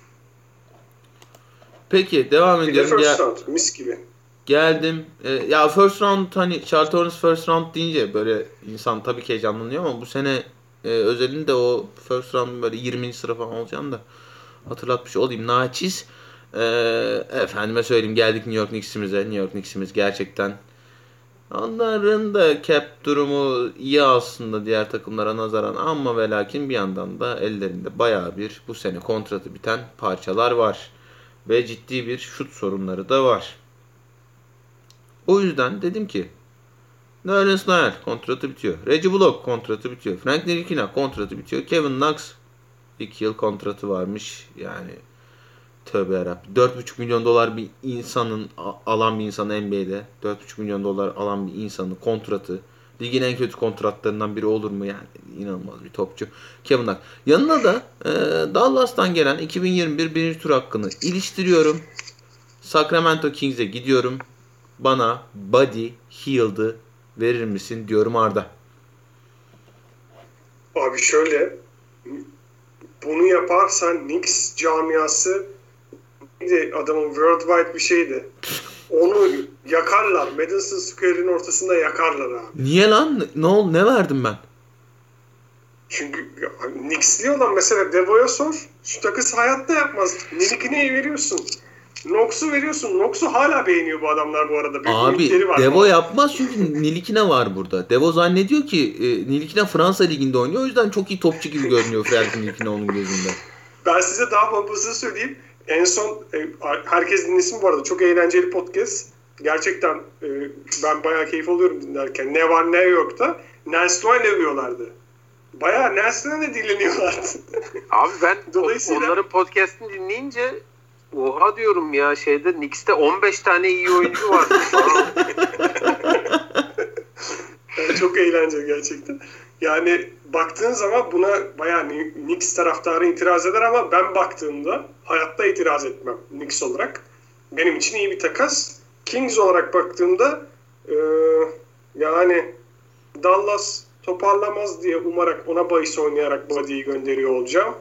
Peki devam Bir de ediyorum. first round mis gibi. Geldim. Ya first round hani Charlotte Hornets first round deyince böyle insan tabii ki heyecanlanıyor ama bu sene özelinde o first round böyle 20. sıra falan olacağını da hatırlatmış olayım. Naçiz. Efendime söyleyeyim geldik New York Knicks'imize. New York Knicks'imiz gerçekten onların da cap durumu iyi aslında diğer takımlara nazaran ama ve lakin bir yandan da ellerinde bayağı bir bu sene kontratı biten parçalar var. Ve ciddi bir şut sorunları da var. O yüzden dedim ki Nerlens Noel kontratı bitiyor. Reggie Bullock kontratı bitiyor. Frank Ntilikina kontratı bitiyor. Kevin Knox 2 yıl kontratı varmış. Yani tövbe yarabbim. 4,5 milyon dolar bir insanın alan bir insan NBA'de 4,5 milyon dolar alan bir insanın kontratı ligin en kötü kontratlarından biri olur mu yani? İnanılmaz bir topçu. Kevin Knox. Yanına da Dallas'tan gelen 2021 birinci tur hakkını iliştiriyorum. Sacramento Kings'e gidiyorum. Bana Buddy Hield'ı verir misin diyorum Arda. Abi şöyle, bunu yaparsan Knicks camiası adamın worldwide bir şeydi. Onu yakarlar. Madison Square'in ortasında yakarlar abi. Niye lan? Ne verdim ben? Çünkü Knicks'li olan mesela Devo'ya sor. Şu takısı hayatta yapmaz. Nilikine'yi veriyorsun. Knox'u veriyorsun. Knox'u hala beğeniyor bu adamlar bu arada. Büyük ümitleri Abi var. Devo yapmaz çünkü Nilikina var burada. Devo zannediyor ki Nilikina Fransa Ligi'nde oynuyor. O yüzden çok iyi topçu gibi görünüyor Frank Nilikina onun gözünde. Ben size daha bombasını söyleyeyim. En son herkes dinlesin bu arada. Çok eğlenceli podcast. Gerçekten ben bayağı keyif alıyorum dinlerken. Ne var ne yokta Nels Noel'i övüyorlardı. Bayağı Nels Noel'le dinleniyorlardı. Abi ben Dolayısıyla- onların podcast'ini dinleyince oha diyorum ya şeyde Knicks'te 15 tane iyi oyuncu var. Yani çok eğlenceli gerçekten. Yani baktığın zaman buna bayağı Knicks taraftarı itiraz eder ama ben baktığımda hayatta itiraz etmem Knicks olarak. Benim için iyi bir takas. Kings olarak baktığımda yani Dallas toparlamaz diye umarak ona bahis oynayarak Buddy'yi gönderiyor olacağım.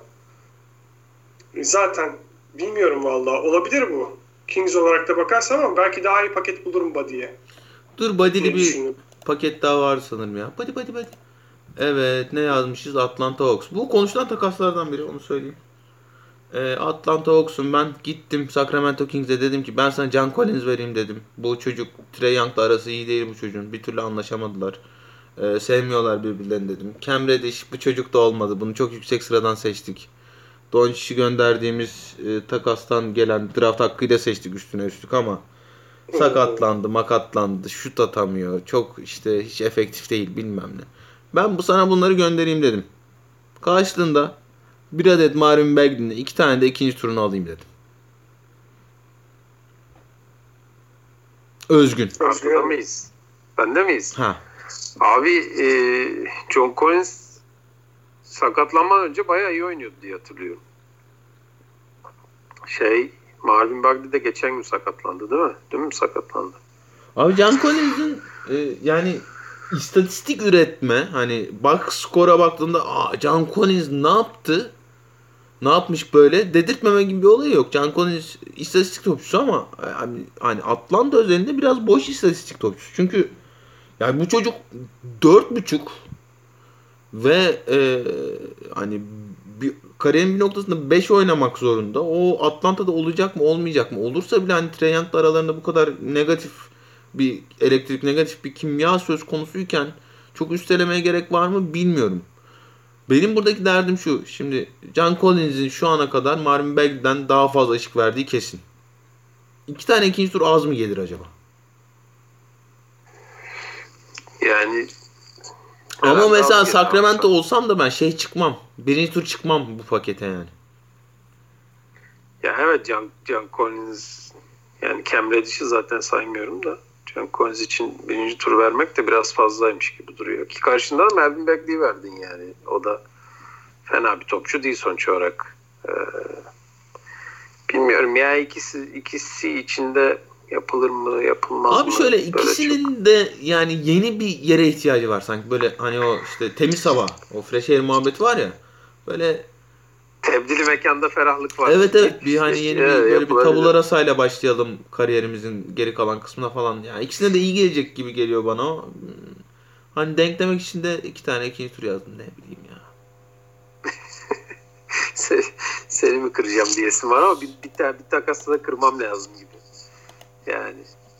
Zaten bilmiyorum vallahi olabilir bu. Kings olarak da bakarsam ama belki daha iyi paket bulurum Buddy'ye. Dur Buddy'li diye bir düşünüyorum. paket daha var sanırım ya. Buddy. Evet ne yazmışız? Atlanta Hawks. Bu konuşulan takaslardan biri onu söyleyeyim. Atlanta Hawks'un ben gittim Sacramento Kings'e dedim ki ben sana John Collins vereyim dedim. Bu çocuk Trae Young'la arası iyi değil bu çocuğun. Bir türlü anlaşamadılar. Sevmiyorlar birbirlerini dedim. Cam Reddish bu çocuk da olmadı. Bunu çok yüksek sıradan seçtik. Doncic'i gönderdiğimiz takastan gelen draft hakkıyla seçtik üstüne üstlük ama sakatlandı, makatlandı, şut atamıyor. Çok işte hiç efektif değil bilmem ne. Ben sana bunları göndereyim dedim. Karşılığında bir adet Marvin Bagley'nin 2 tane de ikinci turunu alayım dedim. Özgün. Aslında mıyız? Bende miyiz? Ha. Abi John Collins sakatlanmadan önce bayağı iyi oynuyordu diye hatırlıyorum. Marvin Bagley de geçen gün sakatlandı değil mi? Değil mi sakatlandı? Abi John Collins'in yani istatistik üretme hani bak skora baktığında John Collins ne yaptı? Ne yapmış böyle? Dedirtmeme gibi bir olayı yok. John Collins istatistik topçusu ama hani Atlanta özelinde biraz boş istatistik topçusu. Çünkü yani bu çocuk 4,5 ve hani kariyerin bir noktasında 5 oynamak zorunda. O Atlanta'da olacak mı olmayacak mı? Olursa bile hani Trae Young'la aralarında bu kadar negatif bir elektrik, negatif bir kimya söz konusuyken çok üstelemeye gerek var mı bilmiyorum. Benim buradaki derdim şu. Şimdi John Collins'in şu ana kadar Marvin Bagley'den daha fazla ışık verdiği kesin. 2 tane ikinci tur az mı gelir acaba? Yani Ama mesela az gelir, Sacramento az. olsam da ben çıkmam. Birinci tur çıkmam bu pakete yani. Ya evet John Collins yani Cam Reddish'i zaten saymıyorum da John Collins için birinci tur vermek de biraz fazlaymış gibi duruyor. Ki karşında da Marvin Bagley'i verdin yani. O da fena bir topçu değil sonuç olarak. Bilmiyorum ya, ikisi içinde yapılır mı yapılmaz mı? Abi şöyle Böyle ikisinin de yani yeni bir yere ihtiyacı var sanki. Böyle hani o işte temiz hava, o fresh air muhabbeti var ya. Böyle tebdili mekanda ferahlık var. evet bir hani yeni bir böyle bir Yapılabilir. tabula rasayla başlayalım kariyerimizin geri kalan kısmına falan. Yani ikisine de iyi gelecek gibi geliyor bana o. Hani denklemek için de 2 tane ikinci tur yazdım, ne bileyim ya. Seni mi kıracağım diyesim var ama bir takasla da kırmam lazım gibi. Yani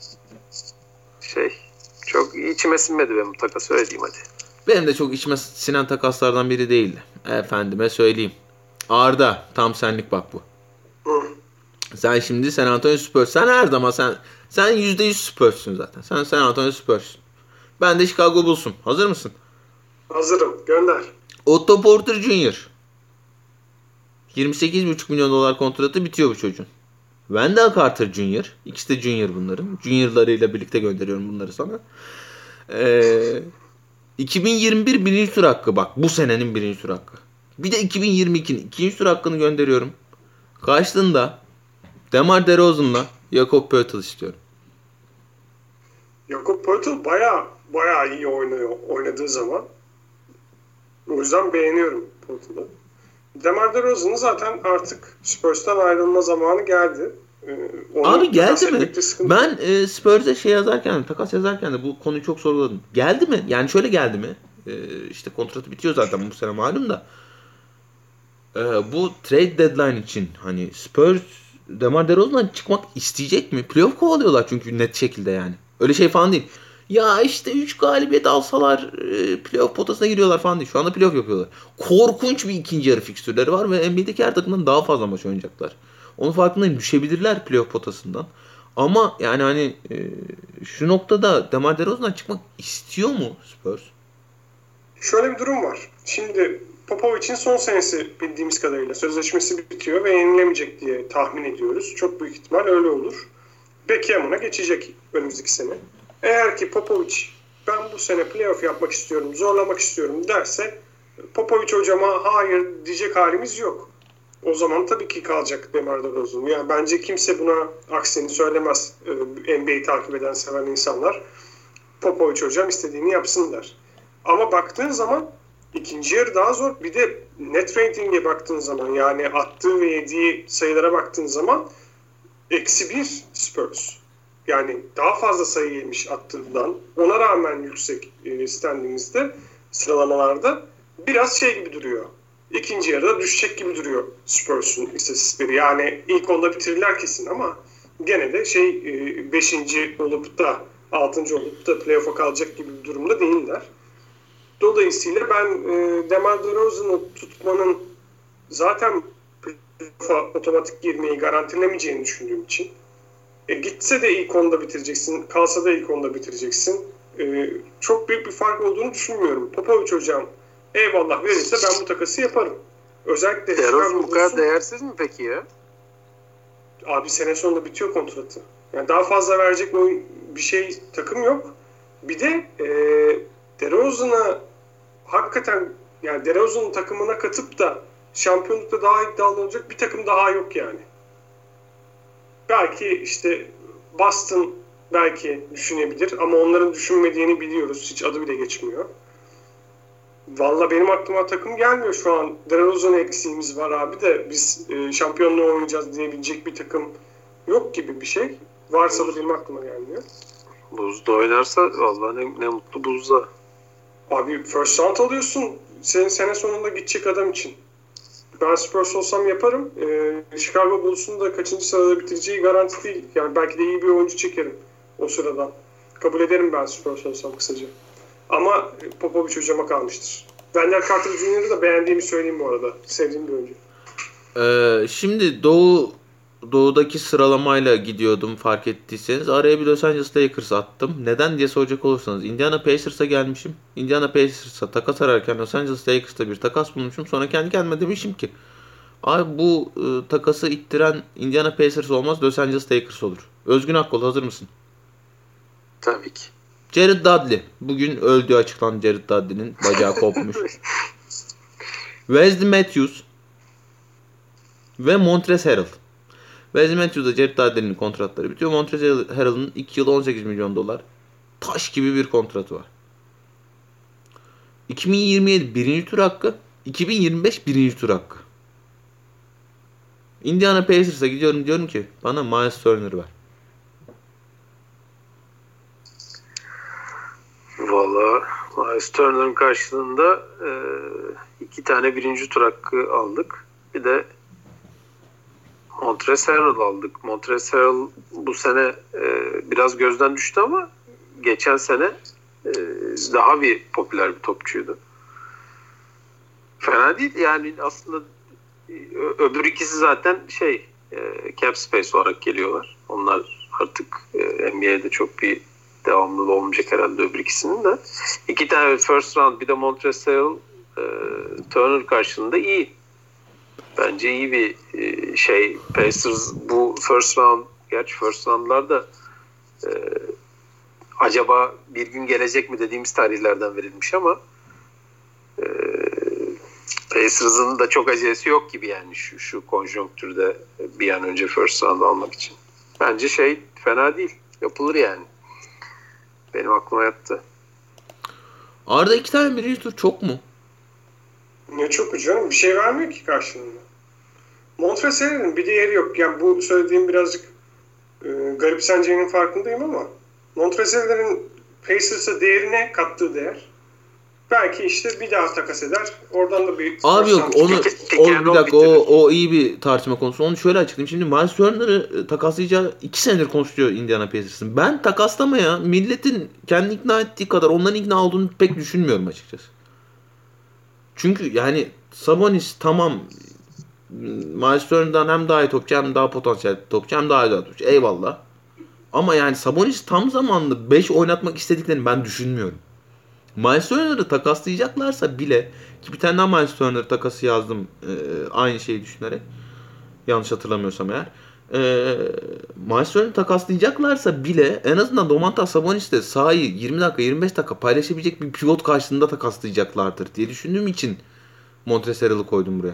çok içime sinmedi benim bu takas, öyle diyeyim hadi. Benim de çok içime sinen takaslardan biri değildi. Efendime söyleyeyim. Arda, tam senlik bak bu. Hı. Sen şimdi San Antonio Spurs. Sen her zaman sen %100 Spurs'ün zaten. Sen San Antonio Spurs'ün. Ben de Chicago Bulls'um. Hazır mısın? Hazırım. Gönder. Otto Porter Jr. 28,5 milyon dolar kontratı bitiyor bu çocuğun. Wendell Carter Jr. İkisi de Junior bunların. Juniorlarıyla birlikte gönderiyorum bunları sana. 2021 birinci tur hakkı bak. Bu senenin birinci tur hakkı. Bir de 2022'nin ikinci tur hakkını gönderiyorum. Karşılığında DeMar DeRozan'la Jakob Poeltl istiyorum. Jakob Poeltl bayağı iyi oynadığı zaman. O yüzden beğeniyorum Poeltl'ı. DeMar DeRozan'ın zaten artık Spurs'tan ayrılma zamanı geldi. Abi geldi mi? Ben Spurs'e yazarken, takas yazarken de bu konuyu çok sorguladım. Geldi mi? Yani şöyle geldi mi? İşte kontratı bitiyor zaten bu sene malum da. Bu trade deadline için hani Spurs DeMar DeRozan'dan çıkmak isteyecek mi? Playoff kovalıyorlar çünkü net şekilde yani. Öyle şey falan değil. Ya işte 3 galibiyet alsalar playoff potasına giriyorlar falan değil. Şu anda playoff yapıyorlar. Korkunç bir ikinci yarı fikstürleri var ve NBA'deki her takımdan daha fazla maç oynayacaklar. Onun farkındayım. Düşebilirler playoff potasından. Ama yani hani şu noktada DeMar DeRozan'dan çıkmak istiyor mu Spurs? Şöyle bir durum var. Şimdi Popovic'in son senesi bildiğimiz kadarıyla sözleşmesi bitiyor ve yenilemeyecek diye tahmin ediyoruz. Çok büyük ihtimal öyle olur. Beckham'ına geçecek önümüzdeki sene. Eğer ki Popovic ben bu sene playoff yapmak istiyorum, zorlamak istiyorum derse Popovic hocama hayır diyecek halimiz yok. O zaman tabii ki kalacak DeMar DeRozan. Yani bence kimse buna aksini söylemez. NBA'yi takip eden, seven insanlar. Popovic hocam istediğini yapsın der. Ama baktığın zaman ikinci yarı daha zor. Bir de net rating'e baktığın zaman yani attığı ve yediği sayılara baktığın zaman -1 Spurs. Yani daha fazla sayı yemiş attığından ona rağmen yüksek standing'imizde sıralamalarda biraz gibi duruyor. İkinci yarıda düşecek gibi duruyor Spurs'un istatistikleri. Yani ilk onda bitirirler kesin ama gene de 5. olup da 6. olup da playoff'a kalacak gibi bir durumda değiller. Dolayısıyla ben DeMar DeRozan'ı tutmanın zaten playoff'a otomatik girmeyi garantilemeyeceğini düşündüğüm için gitse de ilk onda bitireceksin, kalsa da ilk onda bitireceksin. Çok büyük bir fark olduğunu düşünmüyorum. Popovic hocam eyvallah verirse ben bu takası yaparım. Özellikle DeRozan bu kadar değersiz mi peki ya? Abi sene sonunda bitiyor kontratı. Yani daha fazla verecek bir takım yok. Bir de DeRozan'a hakikaten yani DeRozan'ın takımına katıp da şampiyonlukta daha iddialı olacak bir takım daha yok yani. Belki işte Boston belki düşünebilir ama onların düşünmediğini biliyoruz. Hiç adı bile geçmiyor. Valla benim aklıma takım gelmiyor şu an. DeRozan eksiğimiz var abi de biz şampiyonluğu oynayacağız diyebilecek bir takım yok gibi bir şey. Varsa da benim aklıma gelmiyor. Buzda oynarsa vallahi ne mutlu Buzda. Abi first round alıyorsun. Senin sene sonunda gidecek adam için. Ben Spurs olsam yaparım. Chicago Bulls'un da kaçıncı sırada bitireceği garanti değil. Yani belki de iyi bir oyuncu çekerim o sıradan. Kabul ederim ben Spurs olsam kısaca. Ama Popovic hocama kalmıştır. Wendell Carter Jr.'ı da beğendiğimi söyleyeyim bu arada. Sevdiğim bir oyuncu. Şimdi doğudaki sıralamayla gidiyordum fark ettiyseniz. Araya bir Los Angeles Lakers attım. Neden diye soracak olursanız Indiana Pacers'a gelmişim. Indiana Pacers'a takas ararken Los Angeles Lakers'ta bir takas bulmuşum. Sonra kendi kendime demişim ki abi bu takası ittiren Indiana Pacers olmaz, Los Angeles Lakers olur. Özgün Akkol hazır mısın? Tabii ki. Jared Dudley. Bugün öldüğü açıklandı Jared Dudley'nin. Bacağı kopmuş. Wesley Matthews. ve Montrezl Harrell. Wesley Matthews'da Jared Dudley'nin kontratları bitiyor. Montrezl Harrell'ın 2 yıl 18 milyon dolar. Taş gibi bir kontratı var. 2027 birinci tur hakkı. 2025 birinci tur hakkı. Indiana Pacers'a gidiyorum, diyorum ki bana Miles Turner ver. Valla Miles Turner'ın karşılığında 2 tane birinci tur hakkı aldık. Bir de Montrezl Harrell aldık. Montrezl Harrell bu sene biraz gözden düştü ama geçen sene daha bir popüler bir topçuydu. Fena değil yani aslında öbür ikisi zaten cap space olarak geliyorlar. Onlar artık NBA'de çok bir devamlılığı olmayacak herhalde öbür ikisinin de. 2 tane first round bir de Montrezl Harrell Turner karşılığında iyi. Bence iyi bir Pacers bu first round, gerçi first round'larda acaba bir gün gelecek mi dediğimiz tarihlerden verilmiş ama Pacers'ın da çok acelesi yok gibi yani şu konjonktürde bir an önce first round almak için. Bence fena değil. Yapılır yani. Benim aklıma yattı. Arada 2 tane birinci tur çok mu? Ne çok canım. Bir şey vermiyor ki karşılığında. Montrezl Harrell'in bir değeri yok. Yani bu söylediğim birazcık garipsenceğinin farkındayım ama Montrezl Harrell'in Pacers'a değerine kattığı değer. Belki işte bir daha takas eder. Oradan da bir... Abi yok onu bir dakika o iyi bir tartışma konusu. Onu şöyle açıklayayım. Şimdi Miles Turner'ı takaslayacağı 2 senedir konuşuyor Indiana Pacers'ın. Ben takaslamaya milletin kendini ikna ettiği kadar onların ikna olduğunu pek düşünmüyorum açıkçası. Çünkü yani Sabonis tamam Miles Turner'dan hem daha iyi topçu hem daha potansiyel topçu hem daha iyi topçu. Eyvallah. Ama yani Sabonis tam zamanlı 5 oynatmak istediklerini ben düşünmüyorum. Miles Turner'ı takaslayacaklarsa bile ki bir tane daha Miles Turner takası yazdım aynı şeyi düşünerek. Yanlış hatırlamıyorsam eğer. Miles Turner'ı takaslayacaklarsa bile en azından Domantas Sabonis'te sahayı 20 dakika 25 dakika paylaşabilecek bir pivot karşısında takaslayacaklardır diye düşündüğüm için Montrezl Harrell'ı koydum buraya.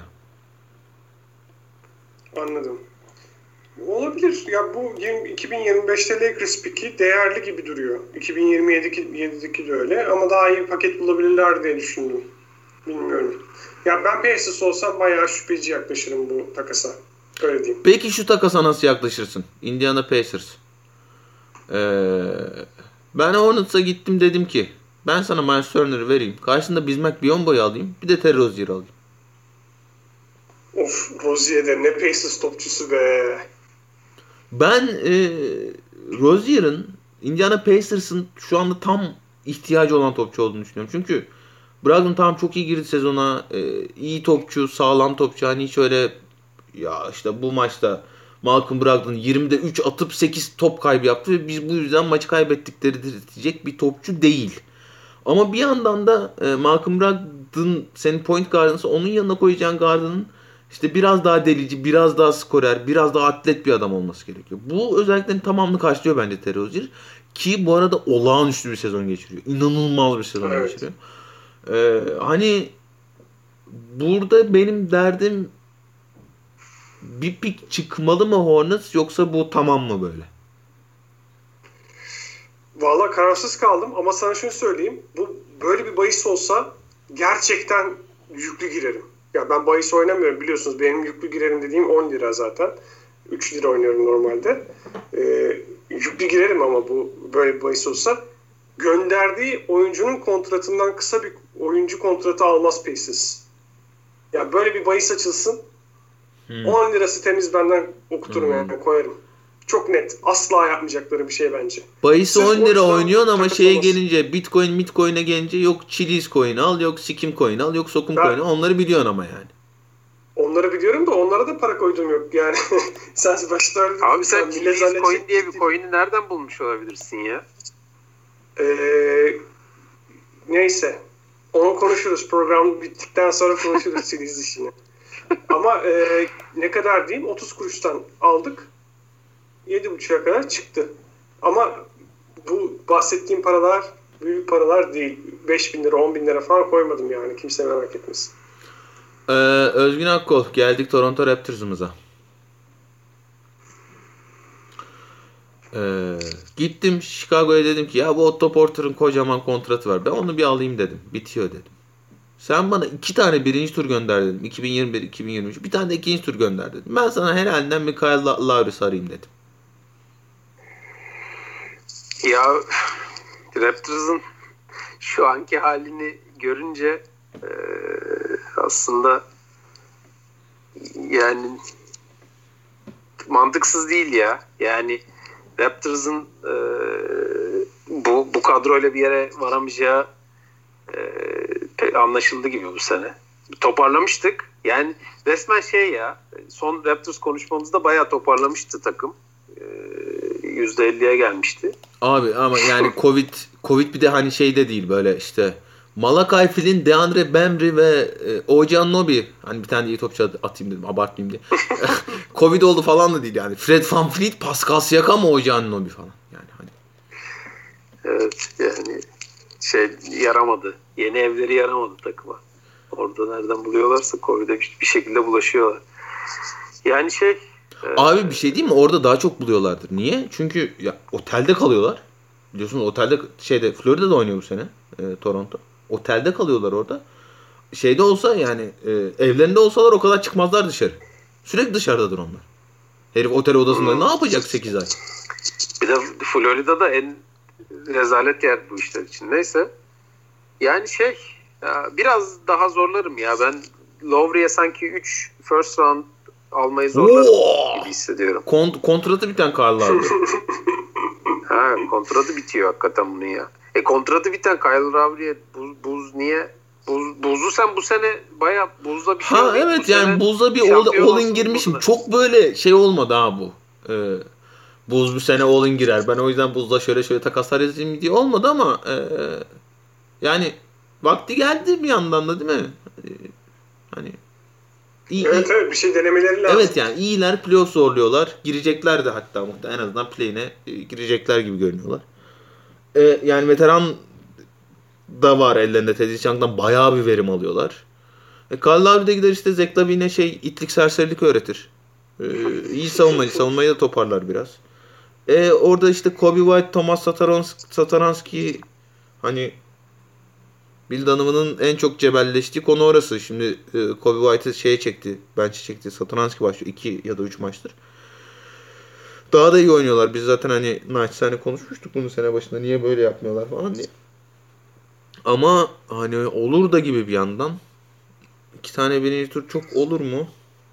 Anladım. Olabilir. Ya bu 2025'te Lakers pick'i değerli gibi duruyor. 2027'deki de öyle ama daha iyi bir paket bulabilirler diye düşündüm. Bilmiyorum. Ya ben Pacers olsam bayağı şüpheci yaklaşırım bu takasa. Öyle diyeyim. Peki şu takasa nasıl yaklaşırsın? Indiana Pacers. Ben Hornets'a gittim dedim ki ben sana Miles Turner'ı vereyim. Karşısında Bismack Biyombo'yu alayım. Bir de Terry Rozier'i alayım. Of Rozier de ne Pacers topçusu be. Ben Rozier'in Indiana Pacers'ın şu anda tam ihtiyacı olan topçu olduğunu düşünüyorum. Çünkü Brogdon tamam çok iyi girdi sezona. İyi topçu, sağlam topçu. Hani hiç öyle ya işte bu maçta Malcolm Brogdon 20'de 3 atıp 8 top kaybı yaptı ve biz bu yüzden maçı kaybettikleri diyecek bir topçu değil. Ama bir yandan da Malcolm Brogdon senin point guard'ınsa onun yanına koyacağın guard'ının işte biraz daha delici, biraz daha skorer, biraz daha atlet bir adam olması gerekiyor. Bu özelliklerin tamamını karşılıyor bence Terry Rozier. Ki bu arada olağanüstü bir sezon geçiriyor. İnanılmaz bir sezon geçiriyor. Hani burada benim derdim bir pik çıkmalı mı Hornets yoksa bu tamam mı böyle? Valla kararsız kaldım ama sana şunu söyleyeyim. Bu böyle bir bahis olsa gerçekten yüklü girerim. Ya ben bahis oynamıyorum biliyorsunuz. Benim yüklü girerim dediğim 10 lira zaten. 3 lira oynuyorum normalde. Yüklü girerim ama bu böyle bir bahis olsa. Gönderdiği oyuncunun kontratından kısa bir oyuncu kontratı almaz Pacers. Ya böyle bir bahis açılsın. 10 lirası temiz benden okuturum yani koyarım. Çok net. Asla yapmayacakları bir şey bence. Bahisi 10 lira oynuyorsun ama şeye gelince Bitcoin'e gelince yok Chiliz coin al, yok Sikim coin al, yok Sokum coin al. Onları biliyorsun ama yani. Onları biliyorum da onlara da para koyduğum yok yani. Sen başta öyle abi sen Chiliz coin diye bir coin'i nereden bulmuş olabilirsin ya? Neyse. Onu konuşuruz. Program bittikten sonra konuşuruz Chiliz işini. Ama ne kadar diyeyim? 30 kuruştan aldık. 7.5'a kadar çıktı. Ama bu bahsettiğim paralar büyük paralar değil. 5.000 lira, 10.000 lira falan koymadım yani. Kimse merak etmesin. Özgün Akkol, geldik Toronto Raptors'ımıza. Gittim Chicago'ya, dedim ki ya bu Otto Porter'ın kocaman kontratı var. Ben onu bir alayım dedim. Bitiyor dedim. Sen bana 2 tane birinci tur gönder dedim. 2021, 2023. Bir tane de ikinci tur gönder dedim. Ben sana helalinden bir Kyle Lowry sarayım dedim. Ya Raptors'ın şu anki halini görünce aslında yani mantıksız değil ya. Yani Raptors'ın bu kadroyla bir yere varamayacağı anlaşıldı gibi bu sene. Toparlamıştık. Yani resmen ya, son Raptors konuşmamızda bayağı toparlamıştı takım. %50'ye gelmişti. Abi ama yani Covid bir de hani de değil, böyle işte Malachi Flynn, DeAndre Bembry ve OG Anunoby, hani bir tane de iyi topçu atayım dedim, abartmayayım diye. Covid oldu falan da değil yani. Fred VanVleet, Pascal Siakam, OG Anunoby falan. Yani hani. Evet yani yaramadı. Yeni evleri yaramadı takıma. Orada nereden buluyorlarsa Covid'e bir şekilde bulaşıyorlar. Yani Abi bir şey değil mi? Orada daha çok buluyorlardır. Niye? Çünkü ya otelde kalıyorlar. Biliyorsunuz otelde Florida'da oynuyor bu sene Toronto. Otelde kalıyorlar orada. Olsa yani evlerinde olsalar o kadar çıkmazlar dışarı. Sürekli dışarıdadır onlar. Herif otel odasında ne yapacak 8 ay? Bir de Florida'da en rezalet yer bu işler için. Neyse. Yani biraz daha zorlarım ya. Ben Lowry'e sanki 3 first round almayı zorlarım gibi hissediyorum. Kontratı biten Kyle Lowry. Ha, kontratı bitiyor hakikaten bunun ya. Kontratı biten Kyle Lowry'e buz niye? Buzlu sen bu sene bayağı buzla bir şey. Ha evet yani buzla bir all-in girmişim. Buzla. Çok böyle olmadı ha bu. Buz bu sene all-in girer. Ben o yüzden buzla şöyle takaslar yazayım diye olmadı ama yani vakti geldi bir yandan da değil mi? Hani evet bir şey denemeleri lazım. Evet yani iyiler, playoff zorluyorlar. Girecekler de hatta en azından play'ine girecekler gibi görünüyorlar. Yani veteran da var ellerinde. Teddy Young'dan bayağı bir verim alıyorlar. Kyle Lowry de gider işte Zach Lavine'e itlik serserilik öğretir. İyi savunmayı da toparlar biraz. Orada işte Kobe White, Thomas Satoranski, hani Bill Donovan'ın en çok cebelleştiği konu orası. Şimdi Kobe White'ı çekti. Bench'e çekti. Satoranski başlıyor. 2 ya da 3 maçtır. Daha da iyi oynuyorlar. Biz zaten hani naçizane konuşmuştuk bunu sene başında. Niye böyle yapmıyorlar falan diye. Ama hani olur da gibi bir yandan. 2 tane birinci tur çok olur mu?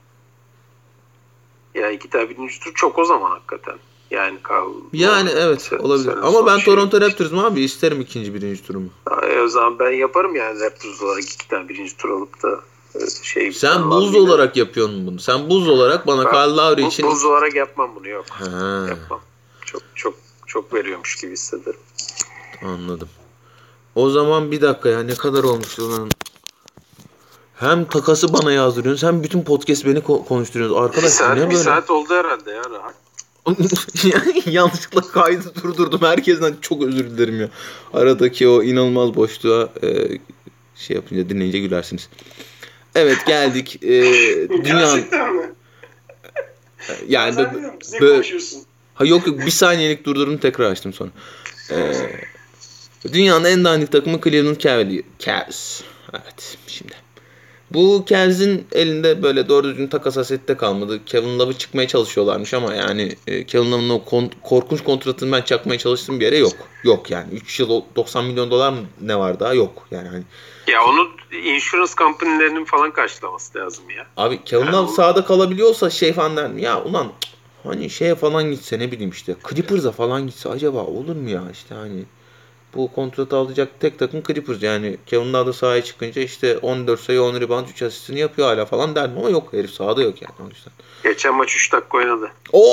Ya 2 tane birinci tur çok o zaman hakikaten. Yani evet olabilir. Ama ben Toronto Raptors'um abi. İsterim ikinci birinci turumu. O zaman ben yaparım yani Raptors olarak 2 tane birinci tur alıp da Sen buz olarak yapıyorsun bunu. Sen buz olarak bana Kyle Lowry için... Buz olarak yapmam bunu, yok. Yapmam. Çok veriyormuş gibi hissederim. Anladım. O zaman bir dakika ya, ne kadar olmuş lan? Hem takası bana yazdırıyorsun, hem bütün podcast beni konuşturuyorsun. Arkadaş bir saat oldu herhalde ya, rahat. Yanlışlıkla kaydı durdurdum. Herkesten çok özür dilerim ya. Aradaki o inanılmaz boşluğa yapınca, dinleyince gülersiniz. Evet geldik. Gerçekten mi? Yani bize konuşuyorsun. Yok bir saniyelik durdurdum, tekrar açtım sonra. Dünyanın en dandik takımı Cleveland Cavs. Evet şimdi. Bu Cavs'in elinde böyle doğru düzgün takas asette kalmadı. Kevin Love'ı çıkmaya çalışıyorlarmış ama yani Kevin Love'ın o korkunç kontratını ben çakmaya çalıştığım bir yere yok. Yok yani 3 yıl 90 milyon dolar mı ne var daha yok yani hani. Ya onu insurance company'lerinin falan karşılaması lazım ya. Abi Kevin Love sahada kalabiliyorsa falan der mi? Ya ulan hani falan gitse, ne bileyim işte Clippers'a falan gitse acaba olur mu ya, işte hani bu kontratı alacak tek takım Clippers. Yani Kevin Love da sahaya çıkınca işte 14 sayı 10 rebound 3 asistini yapıyor hala falan derdim ama yok, herif sahada yok yani o yüzden. Geçen maç 3 dakika oynadı.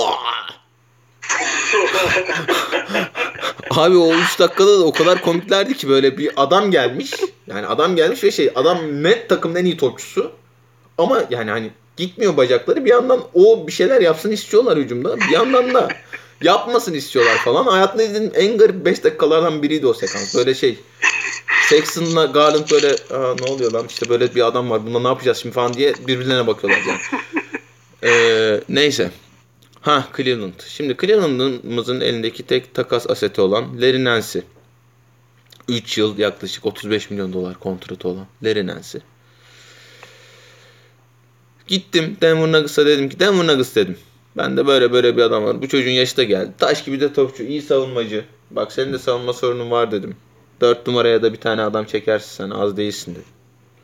Abi o 3 dakikada da o kadar komiklerdi ki, böyle bir adam gelmiş. Yani adam gelmiş ve adam net takımın en iyi topçusu. Ama yani hani gitmiyor bacakları. Bir yandan o bir şeyler yapsın istiyorlar hücumda. Bir yandan da yapmasın istiyorlar falan. Hayatımda izlediğim en garip 5 dakikalardan biriydi o sekans. Böyle Sexton'la Garland böyle ne oluyor lan işte böyle bir adam var bunda ne yapacağız şimdi falan diye birbirlerine bakıyorlar yani. Neyse. Cleveland. Şimdi Cleveland'ımızın elindeki tek takas aseti olan Larry Nance. 3 yıl yaklaşık 35 milyon dolar kontratı olan Larry Nance. Gittim Denver Nuggets'a dedim ki Denver Nuggets dedim. Ben de böyle bir adam var. Bu çocuğun yaşı da geldi. Taş gibi de topçu. İyi savunmacı. Bak senin de savunma sorunun var dedim. 4 numaraya da bir tane adam çekersin sen. Az değilsin dedim.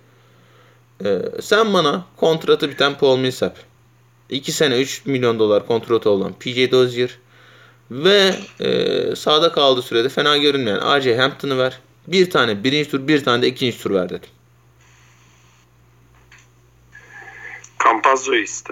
Sen bana kontratı biten Paul Millsap. 2 sene 3 milyon dolar kontratı olan PJ Dozier. Ve sahada kaldığı sürede fena görünmeyen RJ Hampton'ı ver. Bir tane birinci tur bir tane de ikinci tur ver dedim. Campazzo'yu iste.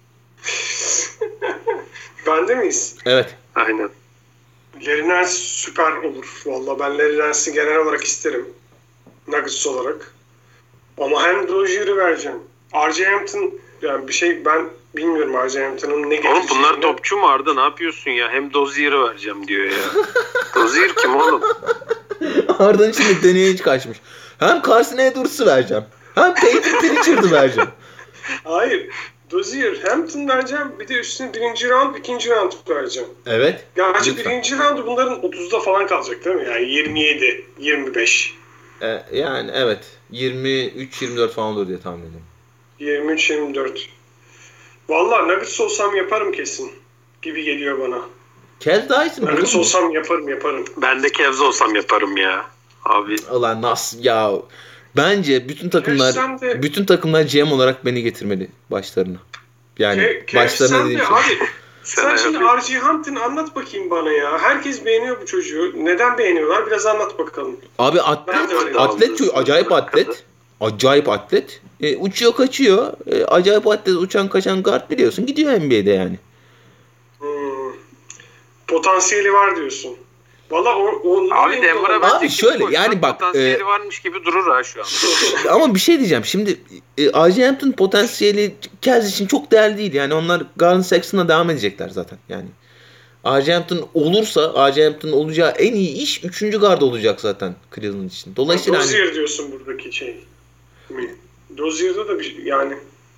Bende miyiz? Evet. Aynen. Larry Nance süper olur. Valla ben Larry Nance'i genel olarak isterim. Nuggets olarak. Ama hem Rozier'i vereceğim. R.J. Hampton yani bir şey ben bilmiyorum R.J. Hampton'ın ne getireceğini. Oğlum bunlar topçu mu Arda, ne yapıyorsun ya? Hem Dozier'i vereceğim diyor ya. Dozier kim oğlum? Arda'nın şimdi deneye kaçmış. Hem Carson Edwards'ı vereceğim. Hem Peyton Pritchard'ı vereceğim. Hayır. Dozier, Hampton vereceğim. Bir de üstüne birinci round, ikinci round vereceğim. Evet. Gerçi lütfen. birinci round bunların 30'da falan kalacak değil mi? Yani 27, 25. Yani evet. 23-24 falan olur diye tahmin ediyorum. 23, 24. Vallahi Nuggets olsam yaparım kesin. Gibi geliyor bana. Cavs daha iyisi mi? Nuggets olsam yaparım. Ben de Cavs olsam yaparım ya. Abi. Ulan nasıl ya. Bence bütün takımlar GM olarak beni getirmeli başlarına. Yani başlarına sen dediğim de şey. abi. Sen şimdi R.J. Hampton'ı anlat bakayım bana ya. Herkes beğeniyor bu çocuğu. Neden beğeniyorlar? Biraz anlat bakalım. Abi Ben de öyle atlet acayip atlet. Acayip atlet. Uçuyor kaçıyor. Acayip atlet uçan kaçan guard biliyorsun. Gidiyor NBA'de yani. Potansiyeli var diyorsun. Valla abi Denver'a bence abi şöyle yani bak potansiyeli varmış gibi durur ha şu an. ama bir şey diyeceğim. Şimdi R.J. Hampton potansiyeli Cavs için çok değerli değil. Yani onlar Garland Sexton'la devam edecekler zaten. Yani R.J. Hampton olursa R.J. Hampton olacağı en iyi iş 3. guard olacak zaten Cleveland için. Dolayısıyla Dozier diyorsun buradaki şey. Dozier'da da bir yani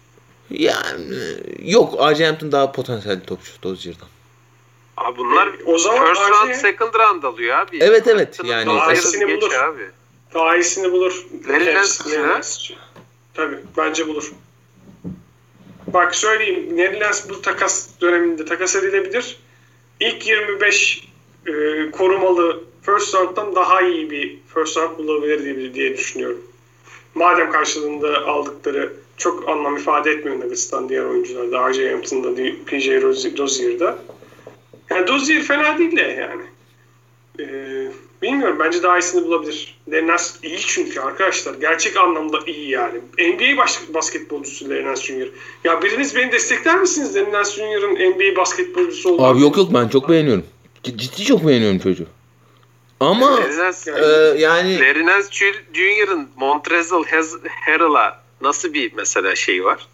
yok R.J. Hampton daha potansiyelli topçu Dozier'dan. Abi bunlar o zaman first round, second round alıyor abi. Evet yani daha iyisini bulur. Abi. Daha iyisini bulur. Larry Nance. Tabii bence bulur. Bak söyleyeyim, Larry Nance bu takas döneminde takas edilebilir. İlk 25 korumalı first round'dan daha iyi bir first round bulabilir diye düşünüyorum. Madem karşılığında aldıkları çok anlam ifade etmiyor Nuggets'tan diğer oyuncularda, R.J. Hampton'da, PJ Dozier'da. Yani Dozier fena değil de yani. Bilmiyorum, bence daha iyisini bulabilir. Larry Nance iyi çünkü arkadaşlar. Gerçek anlamda iyi yani. NBA basketbolcusu Larry Nance Jr. Ya biriniz beni destekler misiniz Larry Nance Jr.'ın NBA basketbolcusu olduğunu? Abi yok ben çok beğeniyorum. Ciddi çok beğeniyorum çocuğu. Ama yani Larry Nance Jr.'ın Montrezl Harrell'a nasıl bir mesela şey var?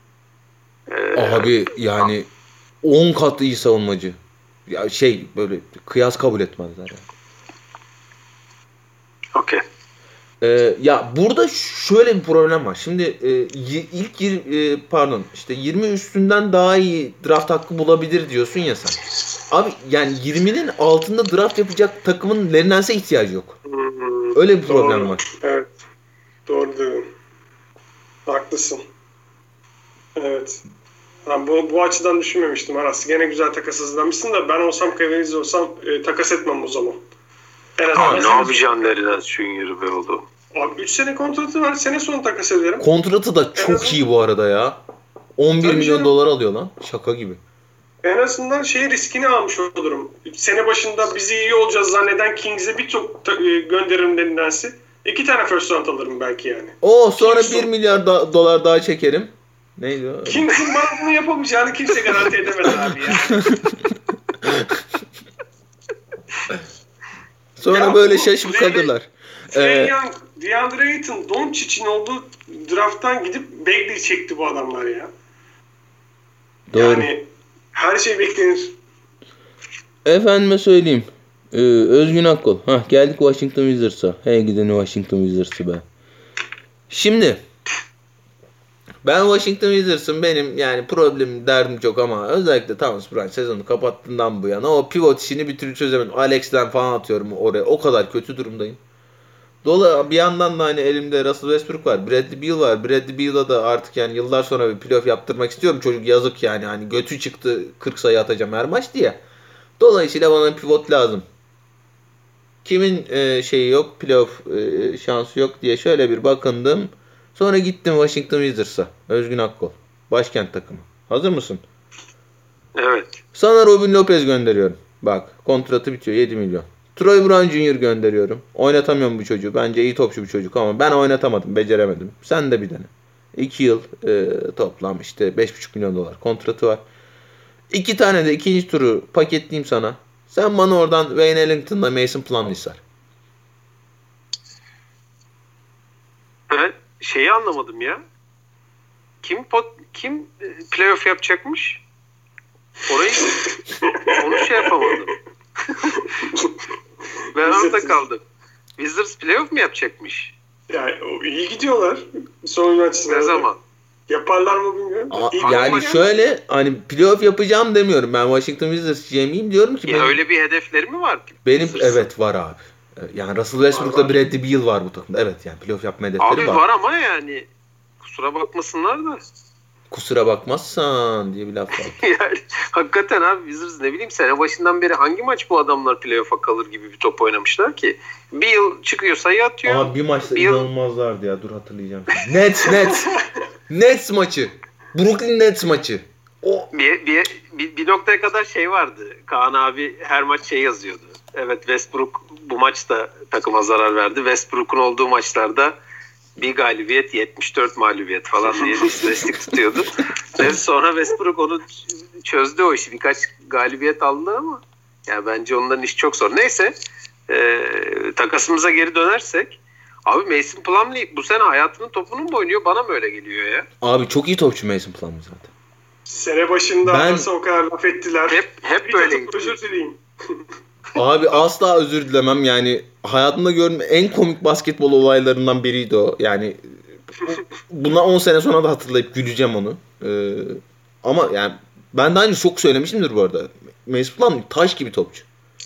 Abi yani 10 kat iyi savunmacı. Ya böyle kıyas kabul etmezler yani. Okey. Ya burada şöyle bir problem var. Şimdi ilk 20 üstünden daha iyi draft hakkı bulabilir diyorsun ya sen. Abi yani 20'nin altında draft yapacak takımın Larry Nance'e ihtiyacı yok. Öyle bir problem var. Evet. Doğru diyorsun. Haklısın. Evet. Ben bu açıdan düşünmemiştim Aras. Gene güzel takas hazırlamışsın da ben olsam Cavaliers olsam takas etmem o zaman. Abi ne yapacaksın Larry Nance Jr. be oğlum? Abi 3 sene kontratı var. Sene sonu takas ederim. Kontratı da çok iyi bu arada ya. 11 milyon dolar alıyor lan. Şaka gibi. En azından riskini almış olurum. Sene başında biz iyi olacağız zanneden Kings'e bir çok gönderirim Larry 2 tane first round alırım belki yani. Sonra 1 milyar dolar daha çekerim. Neydi o? Kings'in bana bunu yapamayacağını kimse garanti edemez abi ya. Sonra ya böyle şaşıp kalırlar. Trae Young, DeAndre Ayton, Doncic'in olduğu drafttan gidip Bagley çekti bu adamlar ya. Doğru. Yani her şey beklenir. Efendime söyleyeyim. Özgün Akkol. Geldik Washington Wizards'a. Hey gideni Washington Wizards'ı be. Şimdi ben Washington Wizards'ın benim yani problemim derdim çok ama özellikle Thomas Bryant sezonu kapattığından bu yana o pivot işini bir türlü çözemedim. Alex'ten falan atıyorum oraya. O kadar kötü durumdayım. Bir yandan da hani elimde Russell Westbrook var. Bradley Beal var. Bradley Beal'a da artık yani yıllar sonra bir playoff yaptırmak istiyorum. Çocuk yazık yani. Hani götü çıktı 40 sayı atacağım her maç diye. Dolayısıyla bana pivot lazım. Kimin şeyi yok, playoff şansı yok diye şöyle bir bakındım. Sonra gittim Washington Wizards'a. Özgün Akkol. Başkent takımı. Hazır mısın? Evet. Sana Robin Lopez gönderiyorum. Bak kontratı bitiyor 7 milyon. Troy Brown Jr. gönderiyorum. Oynatamıyorum bu çocuğu. Bence iyi topçu bir çocuk ama ben oynatamadım. Beceremedim. Sen de bir dene. 2 yıl toplam işte 5,5 milyon dolar kontratı var. 2 tane de ikinci turu paketleyeyim sana. Sen bana oradan Wayne Ellington'la Mason Plumlee sar. Ben şeyi anlamadım ya. Kim playoff yapacakmış? Orayı onu şey yapamadım. Ben orada kaldım. Wizards playoff mu yapacakmış? Yani iyi gidiyorlar. Son maçlarda. Ne zaman? Yaparlar mı bilmiyorum. Yani şöyle hani playoff yapacağım demiyorum. Ben Washington Wizards GM'iyim diyorum ki. Ya öyle bir hedefleri mi var? Benim evet var abi. Yani Russell Westbrook'la Bradley Beal var bu takımda. Evet yani playoff yapma hedefleri var. Abi var ama yani kusura bakmasınlar da. Kusura bakmazsan diye bir laf var. Yani hakikaten abi Wizards ne bileyim sene başından beri hangi maç bu adamlar playoff'a kalır gibi bir top oynamışlar ki? Bir yıl çıkıyor sayı atıyor. Abi bir maçta inanılmazlardı ya. Dur hatırlayacağım. Nets maçı. Brooklyn Nets maçı. Bir noktaya kadar şey vardı. Kaan abi her maç şey yazıyordu. Evet Westbrook bu maçta takıma zarar verdi. Westbrook'un olduğu maçlarda bir galibiyet 74 mağlubiyet falan diye istatistik tutuyordu. Ve sonra Westbrook onu çözdü o işi. Birkaç galibiyet aldı ama yani bence onların işi çok zor. Neyse takasımıza geri dönersek abi Mason Plumlee bu sene hayatının topunu mu oynuyor? Bana mı öyle geliyor ya? Abi çok iyi topçu Mason Plumlee zaten. Sene başında nasıl o kadar laf ettiler. Hep böyle. Özür dileyim. Abi asla özür dilemem yani hayatımda gördüğüm en komik basketbol olaylarından biriydi o. Yani bundan 10 sene sonra da hatırlayıp güleceğim onu. Ama yani ben daha önce çok söylemişimdir bu arada. Mason Plumlee taş gibi topçu.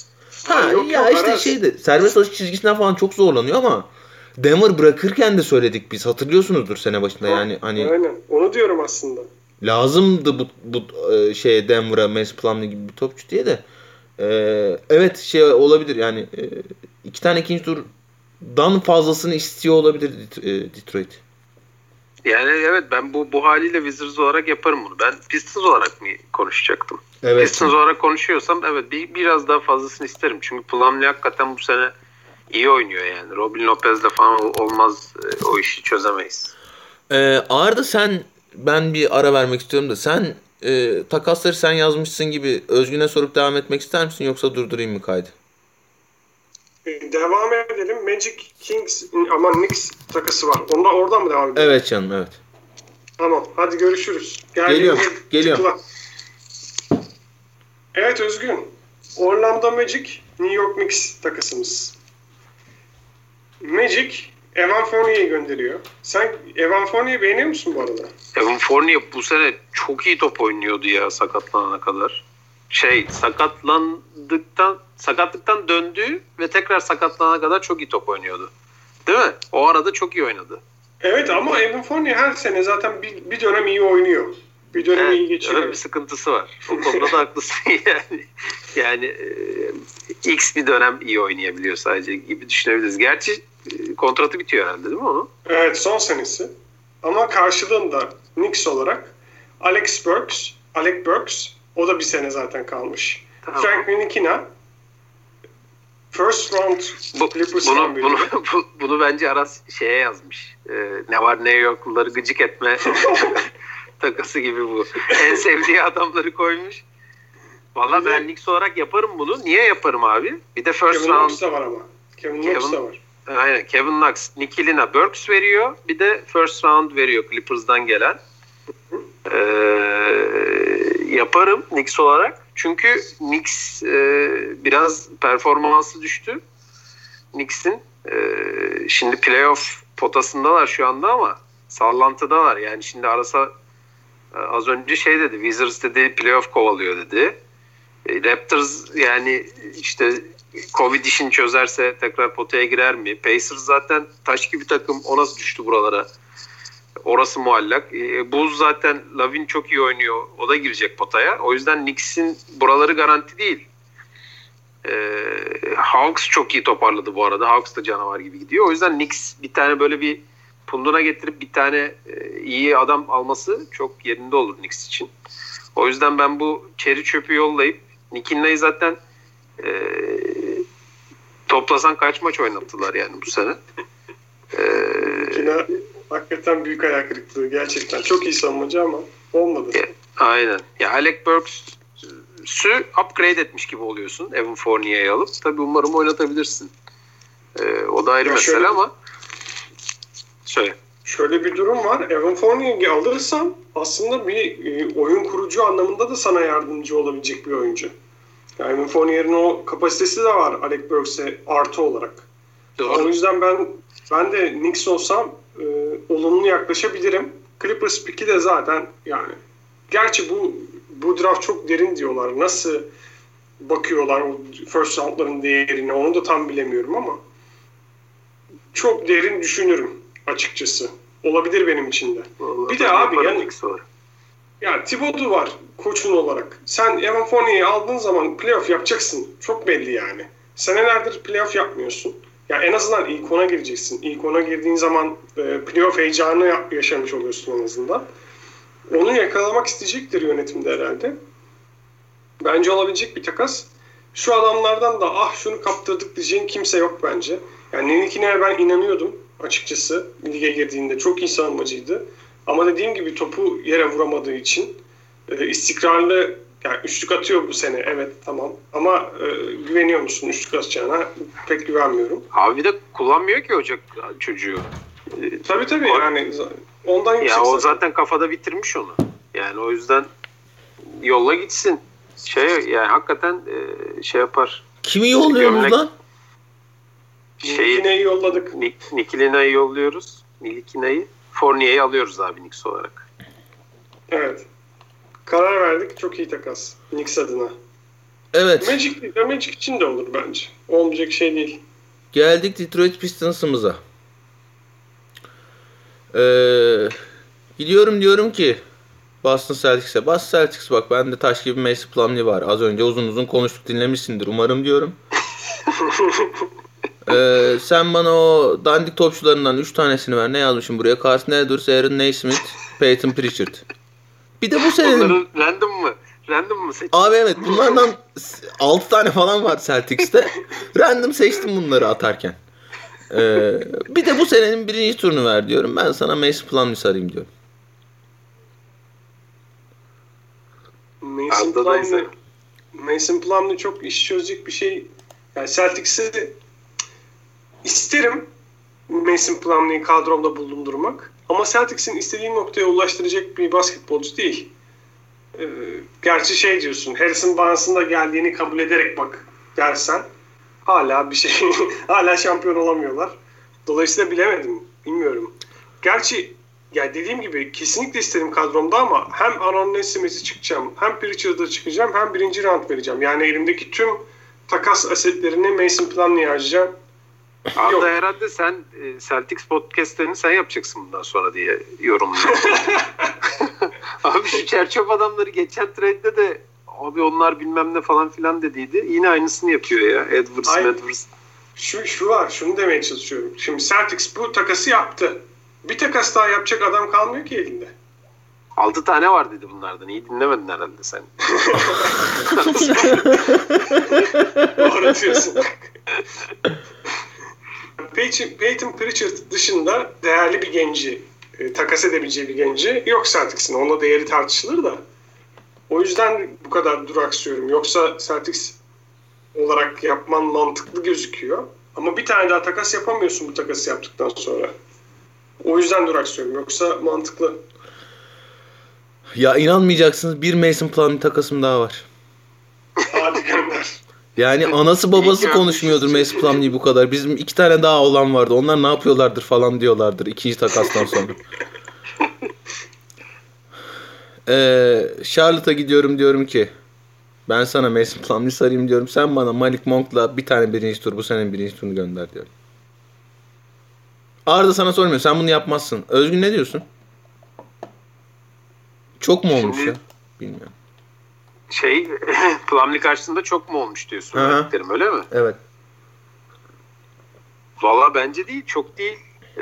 İşte serbest atış çizgisinden falan çok zorlanıyor ama Denver bırakırken de söyledik biz. Hatırlıyorsunuzdur sene başında yani hani. Aynen. Onu diyorum aslında. Lazımdı bu Denver'a Mason Plumlee gibi bir topçu diye de. Evet şey olabilir yani 2 tane ikinci turdan fazlasını istiyor olabilir Detroit. Yani evet ben bu haliyle Wizards olarak yaparım bunu. Ben Pistons olarak mı konuşacaktım? Evet. Pistons olarak konuşuyorsam evet biraz daha fazlasını isterim. Çünkü Plumlee hakikaten bu sene iyi oynuyor yani. Robin Lopez'le falan olmaz o işi çözemeyiz. Arda ben bir ara vermek istiyorum da sen takasları sen yazmışsın gibi Özgün'e sorup devam etmek ister misin yoksa durdurayım mı kaydı? Devam edelim. Magic Kings ama Knicks takası var. Oradan mı devam edelim? Evet canım evet. Tamam hadi görüşürüz. Geliyorum. Evet Özgün. Orlando Magic New York Knicks takasımız. Magic Evan Fournier'i gönderiyor. Sen Evan Fournier'i beğeniyor musun bu arada? Evan Fournier bu sene çok iyi top oynuyordu ya sakatlanana kadar. Sakatlıktan döndü ve tekrar sakatlanana kadar çok iyi top oynuyordu. Değil mi? O arada çok iyi oynadı. Evet ama Evan Fournier her sene zaten bir dönem iyi oynuyor. Bir dönem iyi geçiriyor. Öyle bir sıkıntısı var. O konuda da haklısın yani. Yani X bir dönem iyi oynayabiliyor sadece gibi düşünebiliriz. Gerçi kontratı bitiyor herhalde değil mi onun? Evet son senesi. Ama karşılığında Knicks olarak Alec Burks o da bir sene zaten kalmış. Tamam. Frank Ntilikina first round Clippers'tan bunu bence Aras şeye yazmış. Ne var ne yokları gıcık etme takası gibi bu. En sevdiği adamları koymuş. Valla ben Knicks olarak yaparım bunu. Niye yaparım abi? Bir de first Kevin round. Knox da var ama. Kevin Knox da var. Aynen. Kevin Knox, Ntilikina, Burks veriyor. Bir de first round veriyor Clippers'dan gelen. Yaparım Knicks olarak. Çünkü Knicks biraz performansı düştü. Knicks'in şimdi playoff potasındalar şu anda ama sallantıdalar. Yani şimdi arasa az önce şey dedi, Wizards dedi playoff kovalıyor dedi. Raptors yani işte Covid işini çözerse tekrar potaya girer mi? Pacers zaten taş gibi takım, o nasıl düştü buralara? Orası muallak. Bulls zaten Lavin çok iyi oynuyor. O da girecek potaya. O yüzden Knicks'in buraları garanti değil. Hawks çok iyi toparladı bu arada. Hawks da canavar gibi gidiyor. O yüzden Knicks bir tane böyle bir punduna getirip bir tane iyi adam alması çok yerinde olur Knicks için. O yüzden ben bu çeri çöpü yollayıp Nick Nay'i zaten toplasan kaç maç oynattılar yani bu sene. Yine hakikaten büyük ayak kırıklığı gerçekten. Çok iyi savunmacı ama olmadı. Aynen. Ya Alec Burks'ü upgrade etmiş gibi oluyorsun Evan Fournier'i alıp. Tabii umarım oynatabilirsin. O da ayrı ya mesele ama söyle. Şöyle bir durum var. Evan Fournier'i alırsan aslında bir oyun kurucu anlamında da sana yardımcı olabilecek bir oyuncu. Yani Evan Fournier'in o kapasitesi de var Alec Burks'e artı olarak. Doğru. O yüzden ben de Knicks olsam olumlu yaklaşabilirim. Clippers pick'i de zaten yani gerçi bu draft çok derin diyorlar. Nasıl bakıyorlar o first round'ların değerine onu da tam bilemiyorum ama çok derin düşünürüm açıkçası. Olabilir benim için de. Vallahi bir de abi yani Thibodeau var koçun olarak. Sen Evan Fournier'i aldığın zaman playoff yapacaksın. Çok belli yani. Senelerdir playoff yapmıyorsun. Ya en azından ilk 10'a gireceksin. İlk 10'a girdiğin zaman playoff heyecanı yaşamış oluyorsun en azından. Onu yakalamak isteyecektir yönetimde herhalde. Bence olabilecek bir takas. Şu adamlardan da şunu kaptırdık diyeceğin kimse yok bence. Yani Nick'ine ben inanıyordum açıkçası lige girdiğinde. Çok iyi savunmacıydı. Ama dediğim gibi topu yere vuramadığı için istikrarlı yani üçlük atıyor bu sene. Evet tamam. Ama güveniyor musun üçlük atacağına? Pek güvenmiyorum. Abi bir de kullanmıyor ki Ocak çocuğu. Tabii yani ondan yüksek. Ya o zaten kafada bitirmiş onu. Yani o yüzden yolla gitsin. Yani hakikaten şey yapar. Kimi yolluyorsunuz lan? Nikine'yi yolladık. Nikilina'yı yolluyoruz. Nikilina'yı. Fournier'i alıyoruz abi Knicks olarak. Evet. Karar verdik. Çok iyi takas. Knicks adına. Evet. Magic için de olur bence. Olmayacak şey değil. Geldik Detroit Pistons'ımıza. Gidiyorum diyorum ki Boston Celtics'e. Boston Celtics bak bende taş gibi Mason Plumlee var. Az önce uzun uzun konuştuk dinlemişsindir umarım diyorum. Sen bana o dandik topçularından 3 tanesini ver. Ne yazmışım buraya? Carson Edwards, Aaron Nesmith, Peyton Pritchard. Bir de bu senenin... Bunların random mı seçtin? Abi evet bunlardan 6 tane falan var Celtics'te. Random seçtim bunları atarken. Bir de bu senenin birinci turunu ver diyorum. Ben sana Mason Plumlee sarayım diyorum. Mason Plumlee çok iş çözecek bir şey. Yani Celtics'i isterim Mason Plumlee'yi kadromda bulundurmak. Ama Celtics'in istediği noktaya ulaştıracak bir basketbolcu değil. Gerçi şey diyorsun, Harrison Barnes'ın da geldiğini kabul ederek bak dersen hala bir şey, hala şampiyon olamıyorlar. Dolayısıyla bilmiyorum. Gerçi ya dediğim gibi kesinlikle isterim kadromda ama hem Aaron Nesmith'i çıkacağım, hem Pritchard'a çıkacağım, hem birinci round vereceğim. Yani elimdeki tüm takas asetlerini Mason Plumlee'ye harcayacağım. Arda herhalde sen Celtics podcastlerini sen yapacaksın bundan sonra diye yorumluyorum. Abi şu çerçöp adamları geçen trade'de de abi onlar bilmem ne falan filan dediydi. Yine aynısını yapıyor ya. Edwards. Şu var, şunu demeye çalışıyorum. Şimdi Celtics bu takası yaptı. Bir takas daha yapacak adam kalmıyor ki elinde. 6 tane var dedi bunlardan. İyi dinlemedin herhalde sen. Doğru diyorsun. Peyton Pritchard dışında değerli bir genci, takas edebileceği bir genci yok Celtics'in. Onunla değeri tartışılır da. O yüzden bu kadar duraksıyorum. Yoksa Celtics olarak yapman mantıklı gözüküyor. Ama bir tane daha takas yapamıyorsun bu takası yaptıktan sonra. O yüzden duraksıyorum. Yoksa mantıklı. Ya inanmayacaksınız bir Mason Plumlee takasım daha var. Yani anası babası İyi konuşmuyordur Mason Plumlee bu kadar. Bizim 2 tane daha olan vardı. Onlar ne yapıyorlardır falan diyorlardır ikinci takastan sonra. Charlotte'a gidiyorum, diyorum ki ben sana Mason Plumlee sarayım diyorum. Sen bana Malik Monk'la bir tane birinci tur, bu senenin birinci turunu gönder diyorum. Arda sana sormuyor. Sen bunu yapmazsın. Özgün ne diyorsun? Çok mu olmuş Şimdi- ya? Bilmiyorum. Plumlee karşısında çok mu olmuş diyorsun? Hı hı. Verdiklerim, öyle mi? Evet. Valla bence değil. Çok değil.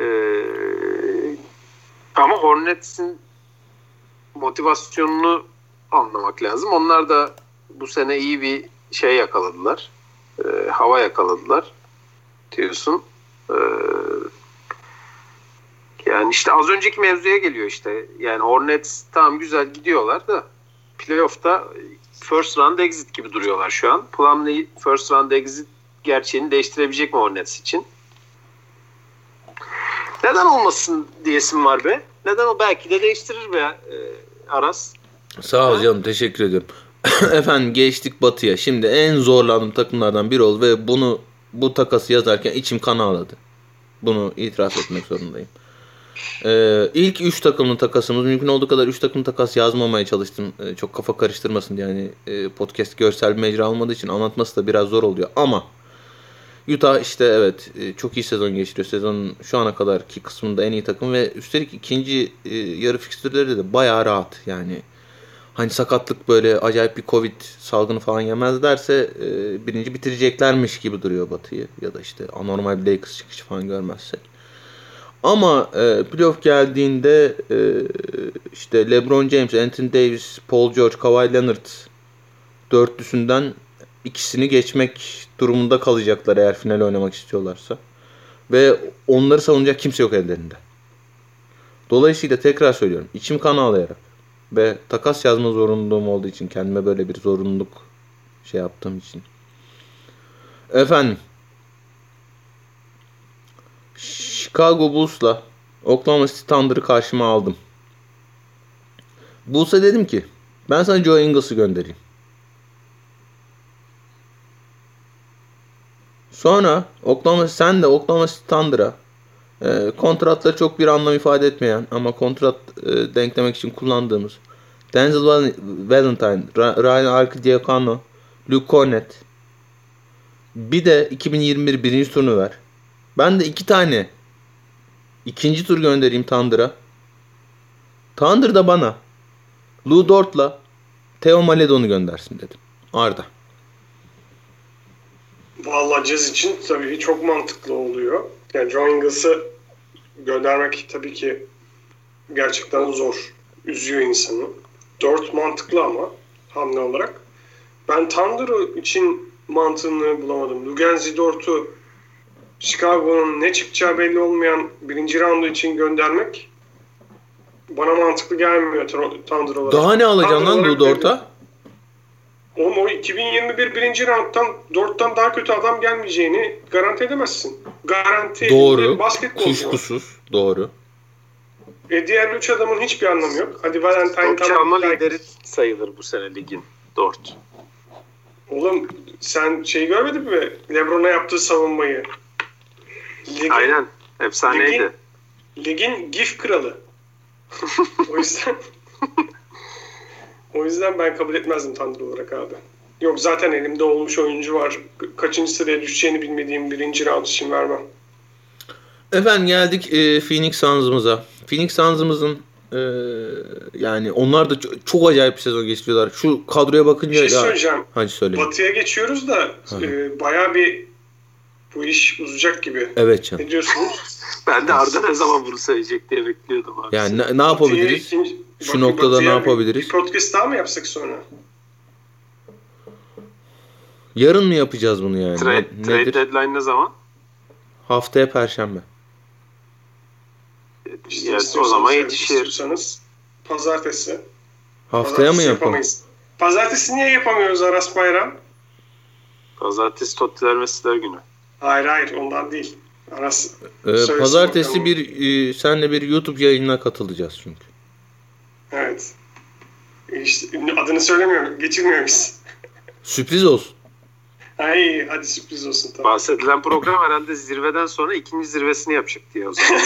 Ama Hornets'in motivasyonunu anlamak lazım. Onlar da bu sene iyi bir şey yakaladılar. Hava yakaladılar diyorsun. Yani işte az önceki mevzuya geliyor işte. Yani Hornets tamam güzel gidiyorlar da playoff'ta first round exit gibi duruyorlar şu an. Plumlee first round exit gerçeğini değiştirebilecek mi Hornets için? Neden olmasın diyesim var be. Neden o, belki de değiştirir be Aras. Sağ ol canım, teşekkür ediyorum. Efendim geçtik Batı'ya. Şimdi en zorlandığım takımlardan biri oldu ve bu takası yazarken içim kan ağladı. Bunu itiraf etmek zorundayım. İlk 3 takımın takasımız, mümkün olduğu kadar 3 takım takas yazmamaya çalıştım. Çok kafa karıştırmasın diye. Yani podcast görsel bir mecra olmadığı için anlatması da biraz zor oluyor. Ama Utah işte evet çok iyi sezon geçiriyor. Sezonun şu ana kadarki kısmında en iyi takım ve üstelik ikinci yarı fikstürleri de bayağı rahat. Yani hani sakatlık böyle acayip bir Covid salgını falan yemezlerse birinci bitireceklermiş gibi duruyor Batı'yı. Ya da işte anormal bir Lakers çıkışı falan görmezsek. Ama playoff geldiğinde işte LeBron James, Anthony Davis, Paul George, Kawhi Leonard dörtlüsünden ikisini geçmek durumunda kalacaklar eğer final oynamak istiyorlarsa. Ve onları savunacak kimse yok ellerinde. Dolayısıyla tekrar söylüyorum, içim kan ağlayarak ve takas yazma zorunluluğum olduğu için, kendime böyle bir zorunluluk şey yaptığım için. Efendim, Chicago Bulls'la Oklahoma City Thunder'ı karşıma aldım. Bulls'a dedim ki ben sana Joe Ingles'ı göndereyim. Sonra sen de Oklahoma City Thunder'a kontratları çok bir anlam ifade etmeyen ama kontrat denklemek için kullandığımız Denzel Valentine, Ryan Arcidiacono, Luke Cornett, bir de 2021 birinci turunu ver. Ben de 2 tane ikinci tur göndereyim Thunder'a. Thunder da bana Lou Dort'la Theo Maledon'u göndersin dedim. Arda. Vallahi Jazz için tabii çok mantıklı oluyor. Yani Joe Ingles'ı göndermek tabii ki gerçekten zor. Üzüyor insanı. 4 mantıklı ama hamle olarak. Ben Thunder için mantığını bulamadım. Lugenzi Dort'u Chicago'nun ne çıkacağı belli olmayan birinci roundu için göndermek bana mantıklı gelmiyor Thunder olarak. Daha ne alacaksın lan Lou Dort'a? O 2021 birinci round'dan Dort'tan daha kötü adam gelmeyeceğini garanti edemezsin. Garanti Doğru. basketbol. Kuşkusuz. Doğru. Diğer 3 adamın hiçbir anlamı yok. Hadi Valentine Top çalma lideri sayılır bu sene ligin. Dort. Oğlum sen görmedin mi? LeBron'a yaptığı savunmayı. Aynen. Efsaneydi. Ligin gif kralı. O yüzden ben kabul etmezdim Thunder olarak abi. Yok zaten elimde olmuş oyuncu var. Kaçıncı sıraya düşeceğini bilmediğim birinci round için vermem. Efendim geldik Phoenix Suns'ımıza. Phoenix Suns'ımızın yani onlar da çok acayip bir sezon geçiriyorlar. Şu kadroya bakınca... Bir şey söyleyeceğim. Hadi söyle. Batı'ya geçiyoruz da bayağı bir bu iş uzayacak gibi. Evet canım. Ne diyorsunuz? Ben de Arda ne zaman bunu söyleyecek diye bekliyordum abi. Yani ne yapabiliriz? Şu noktada ne yapabiliriz? Bir podcast daha mı yapsak sonra? Yarın mı yapacağız bunu yani? Trade deadline ne zaman? Haftaya Perşembe. Evet, o zaman yetişir. İstiyorsanız pazartesi. Haftaya mı yapalım? Yapamayız. Pazartesi niye yapamıyoruz Aras Bayram? Pazartesi Tottiler ve Sizler günü. Hayır ondan değil. Aras pazartesi senle bir YouTube yayınına katılacağız çünkü. Evet. İşte adını söylemiyorum. Geçirmiyoruz. Sürpriz olsun. Ay hadi sürpriz olsun tamam. Bahsedilen program herhalde zirveden sonra ikinci zirvesini yapacak diye o zaman.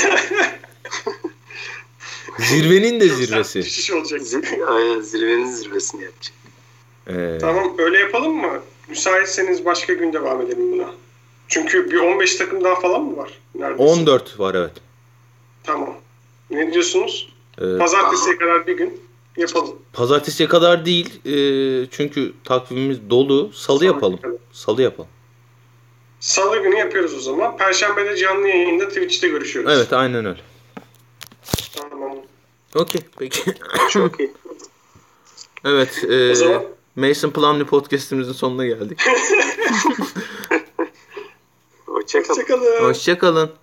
Zirvenin de Çok sert zirvesi. düşüş olacak. Aynen zirvenin zirvesini yapacak. Tamam öyle yapalım mı? Müsaitseniz başka gün devam edelim buna. Çünkü bir 15 takım daha falan mı var? Neredeyse. 14 var evet. Tamam. Ne diyorsunuz? Pazartesiye kadar bir gün yapalım. Pazartesiye kadar değil. Çünkü takvimimiz dolu. Salı yapalım. kadar. Salı yapalım. Salı günü yapıyoruz o zaman. Perşembede canlı yayında Twitch'te görüşüyoruz. Evet aynen öyle. Tamam. Okey peki. Çok iyi. Evet. O zaman Mason Plumlee podcast'imizin sonuna geldik. Hoşçakalın. hoşçakalın. Hoşçakalın.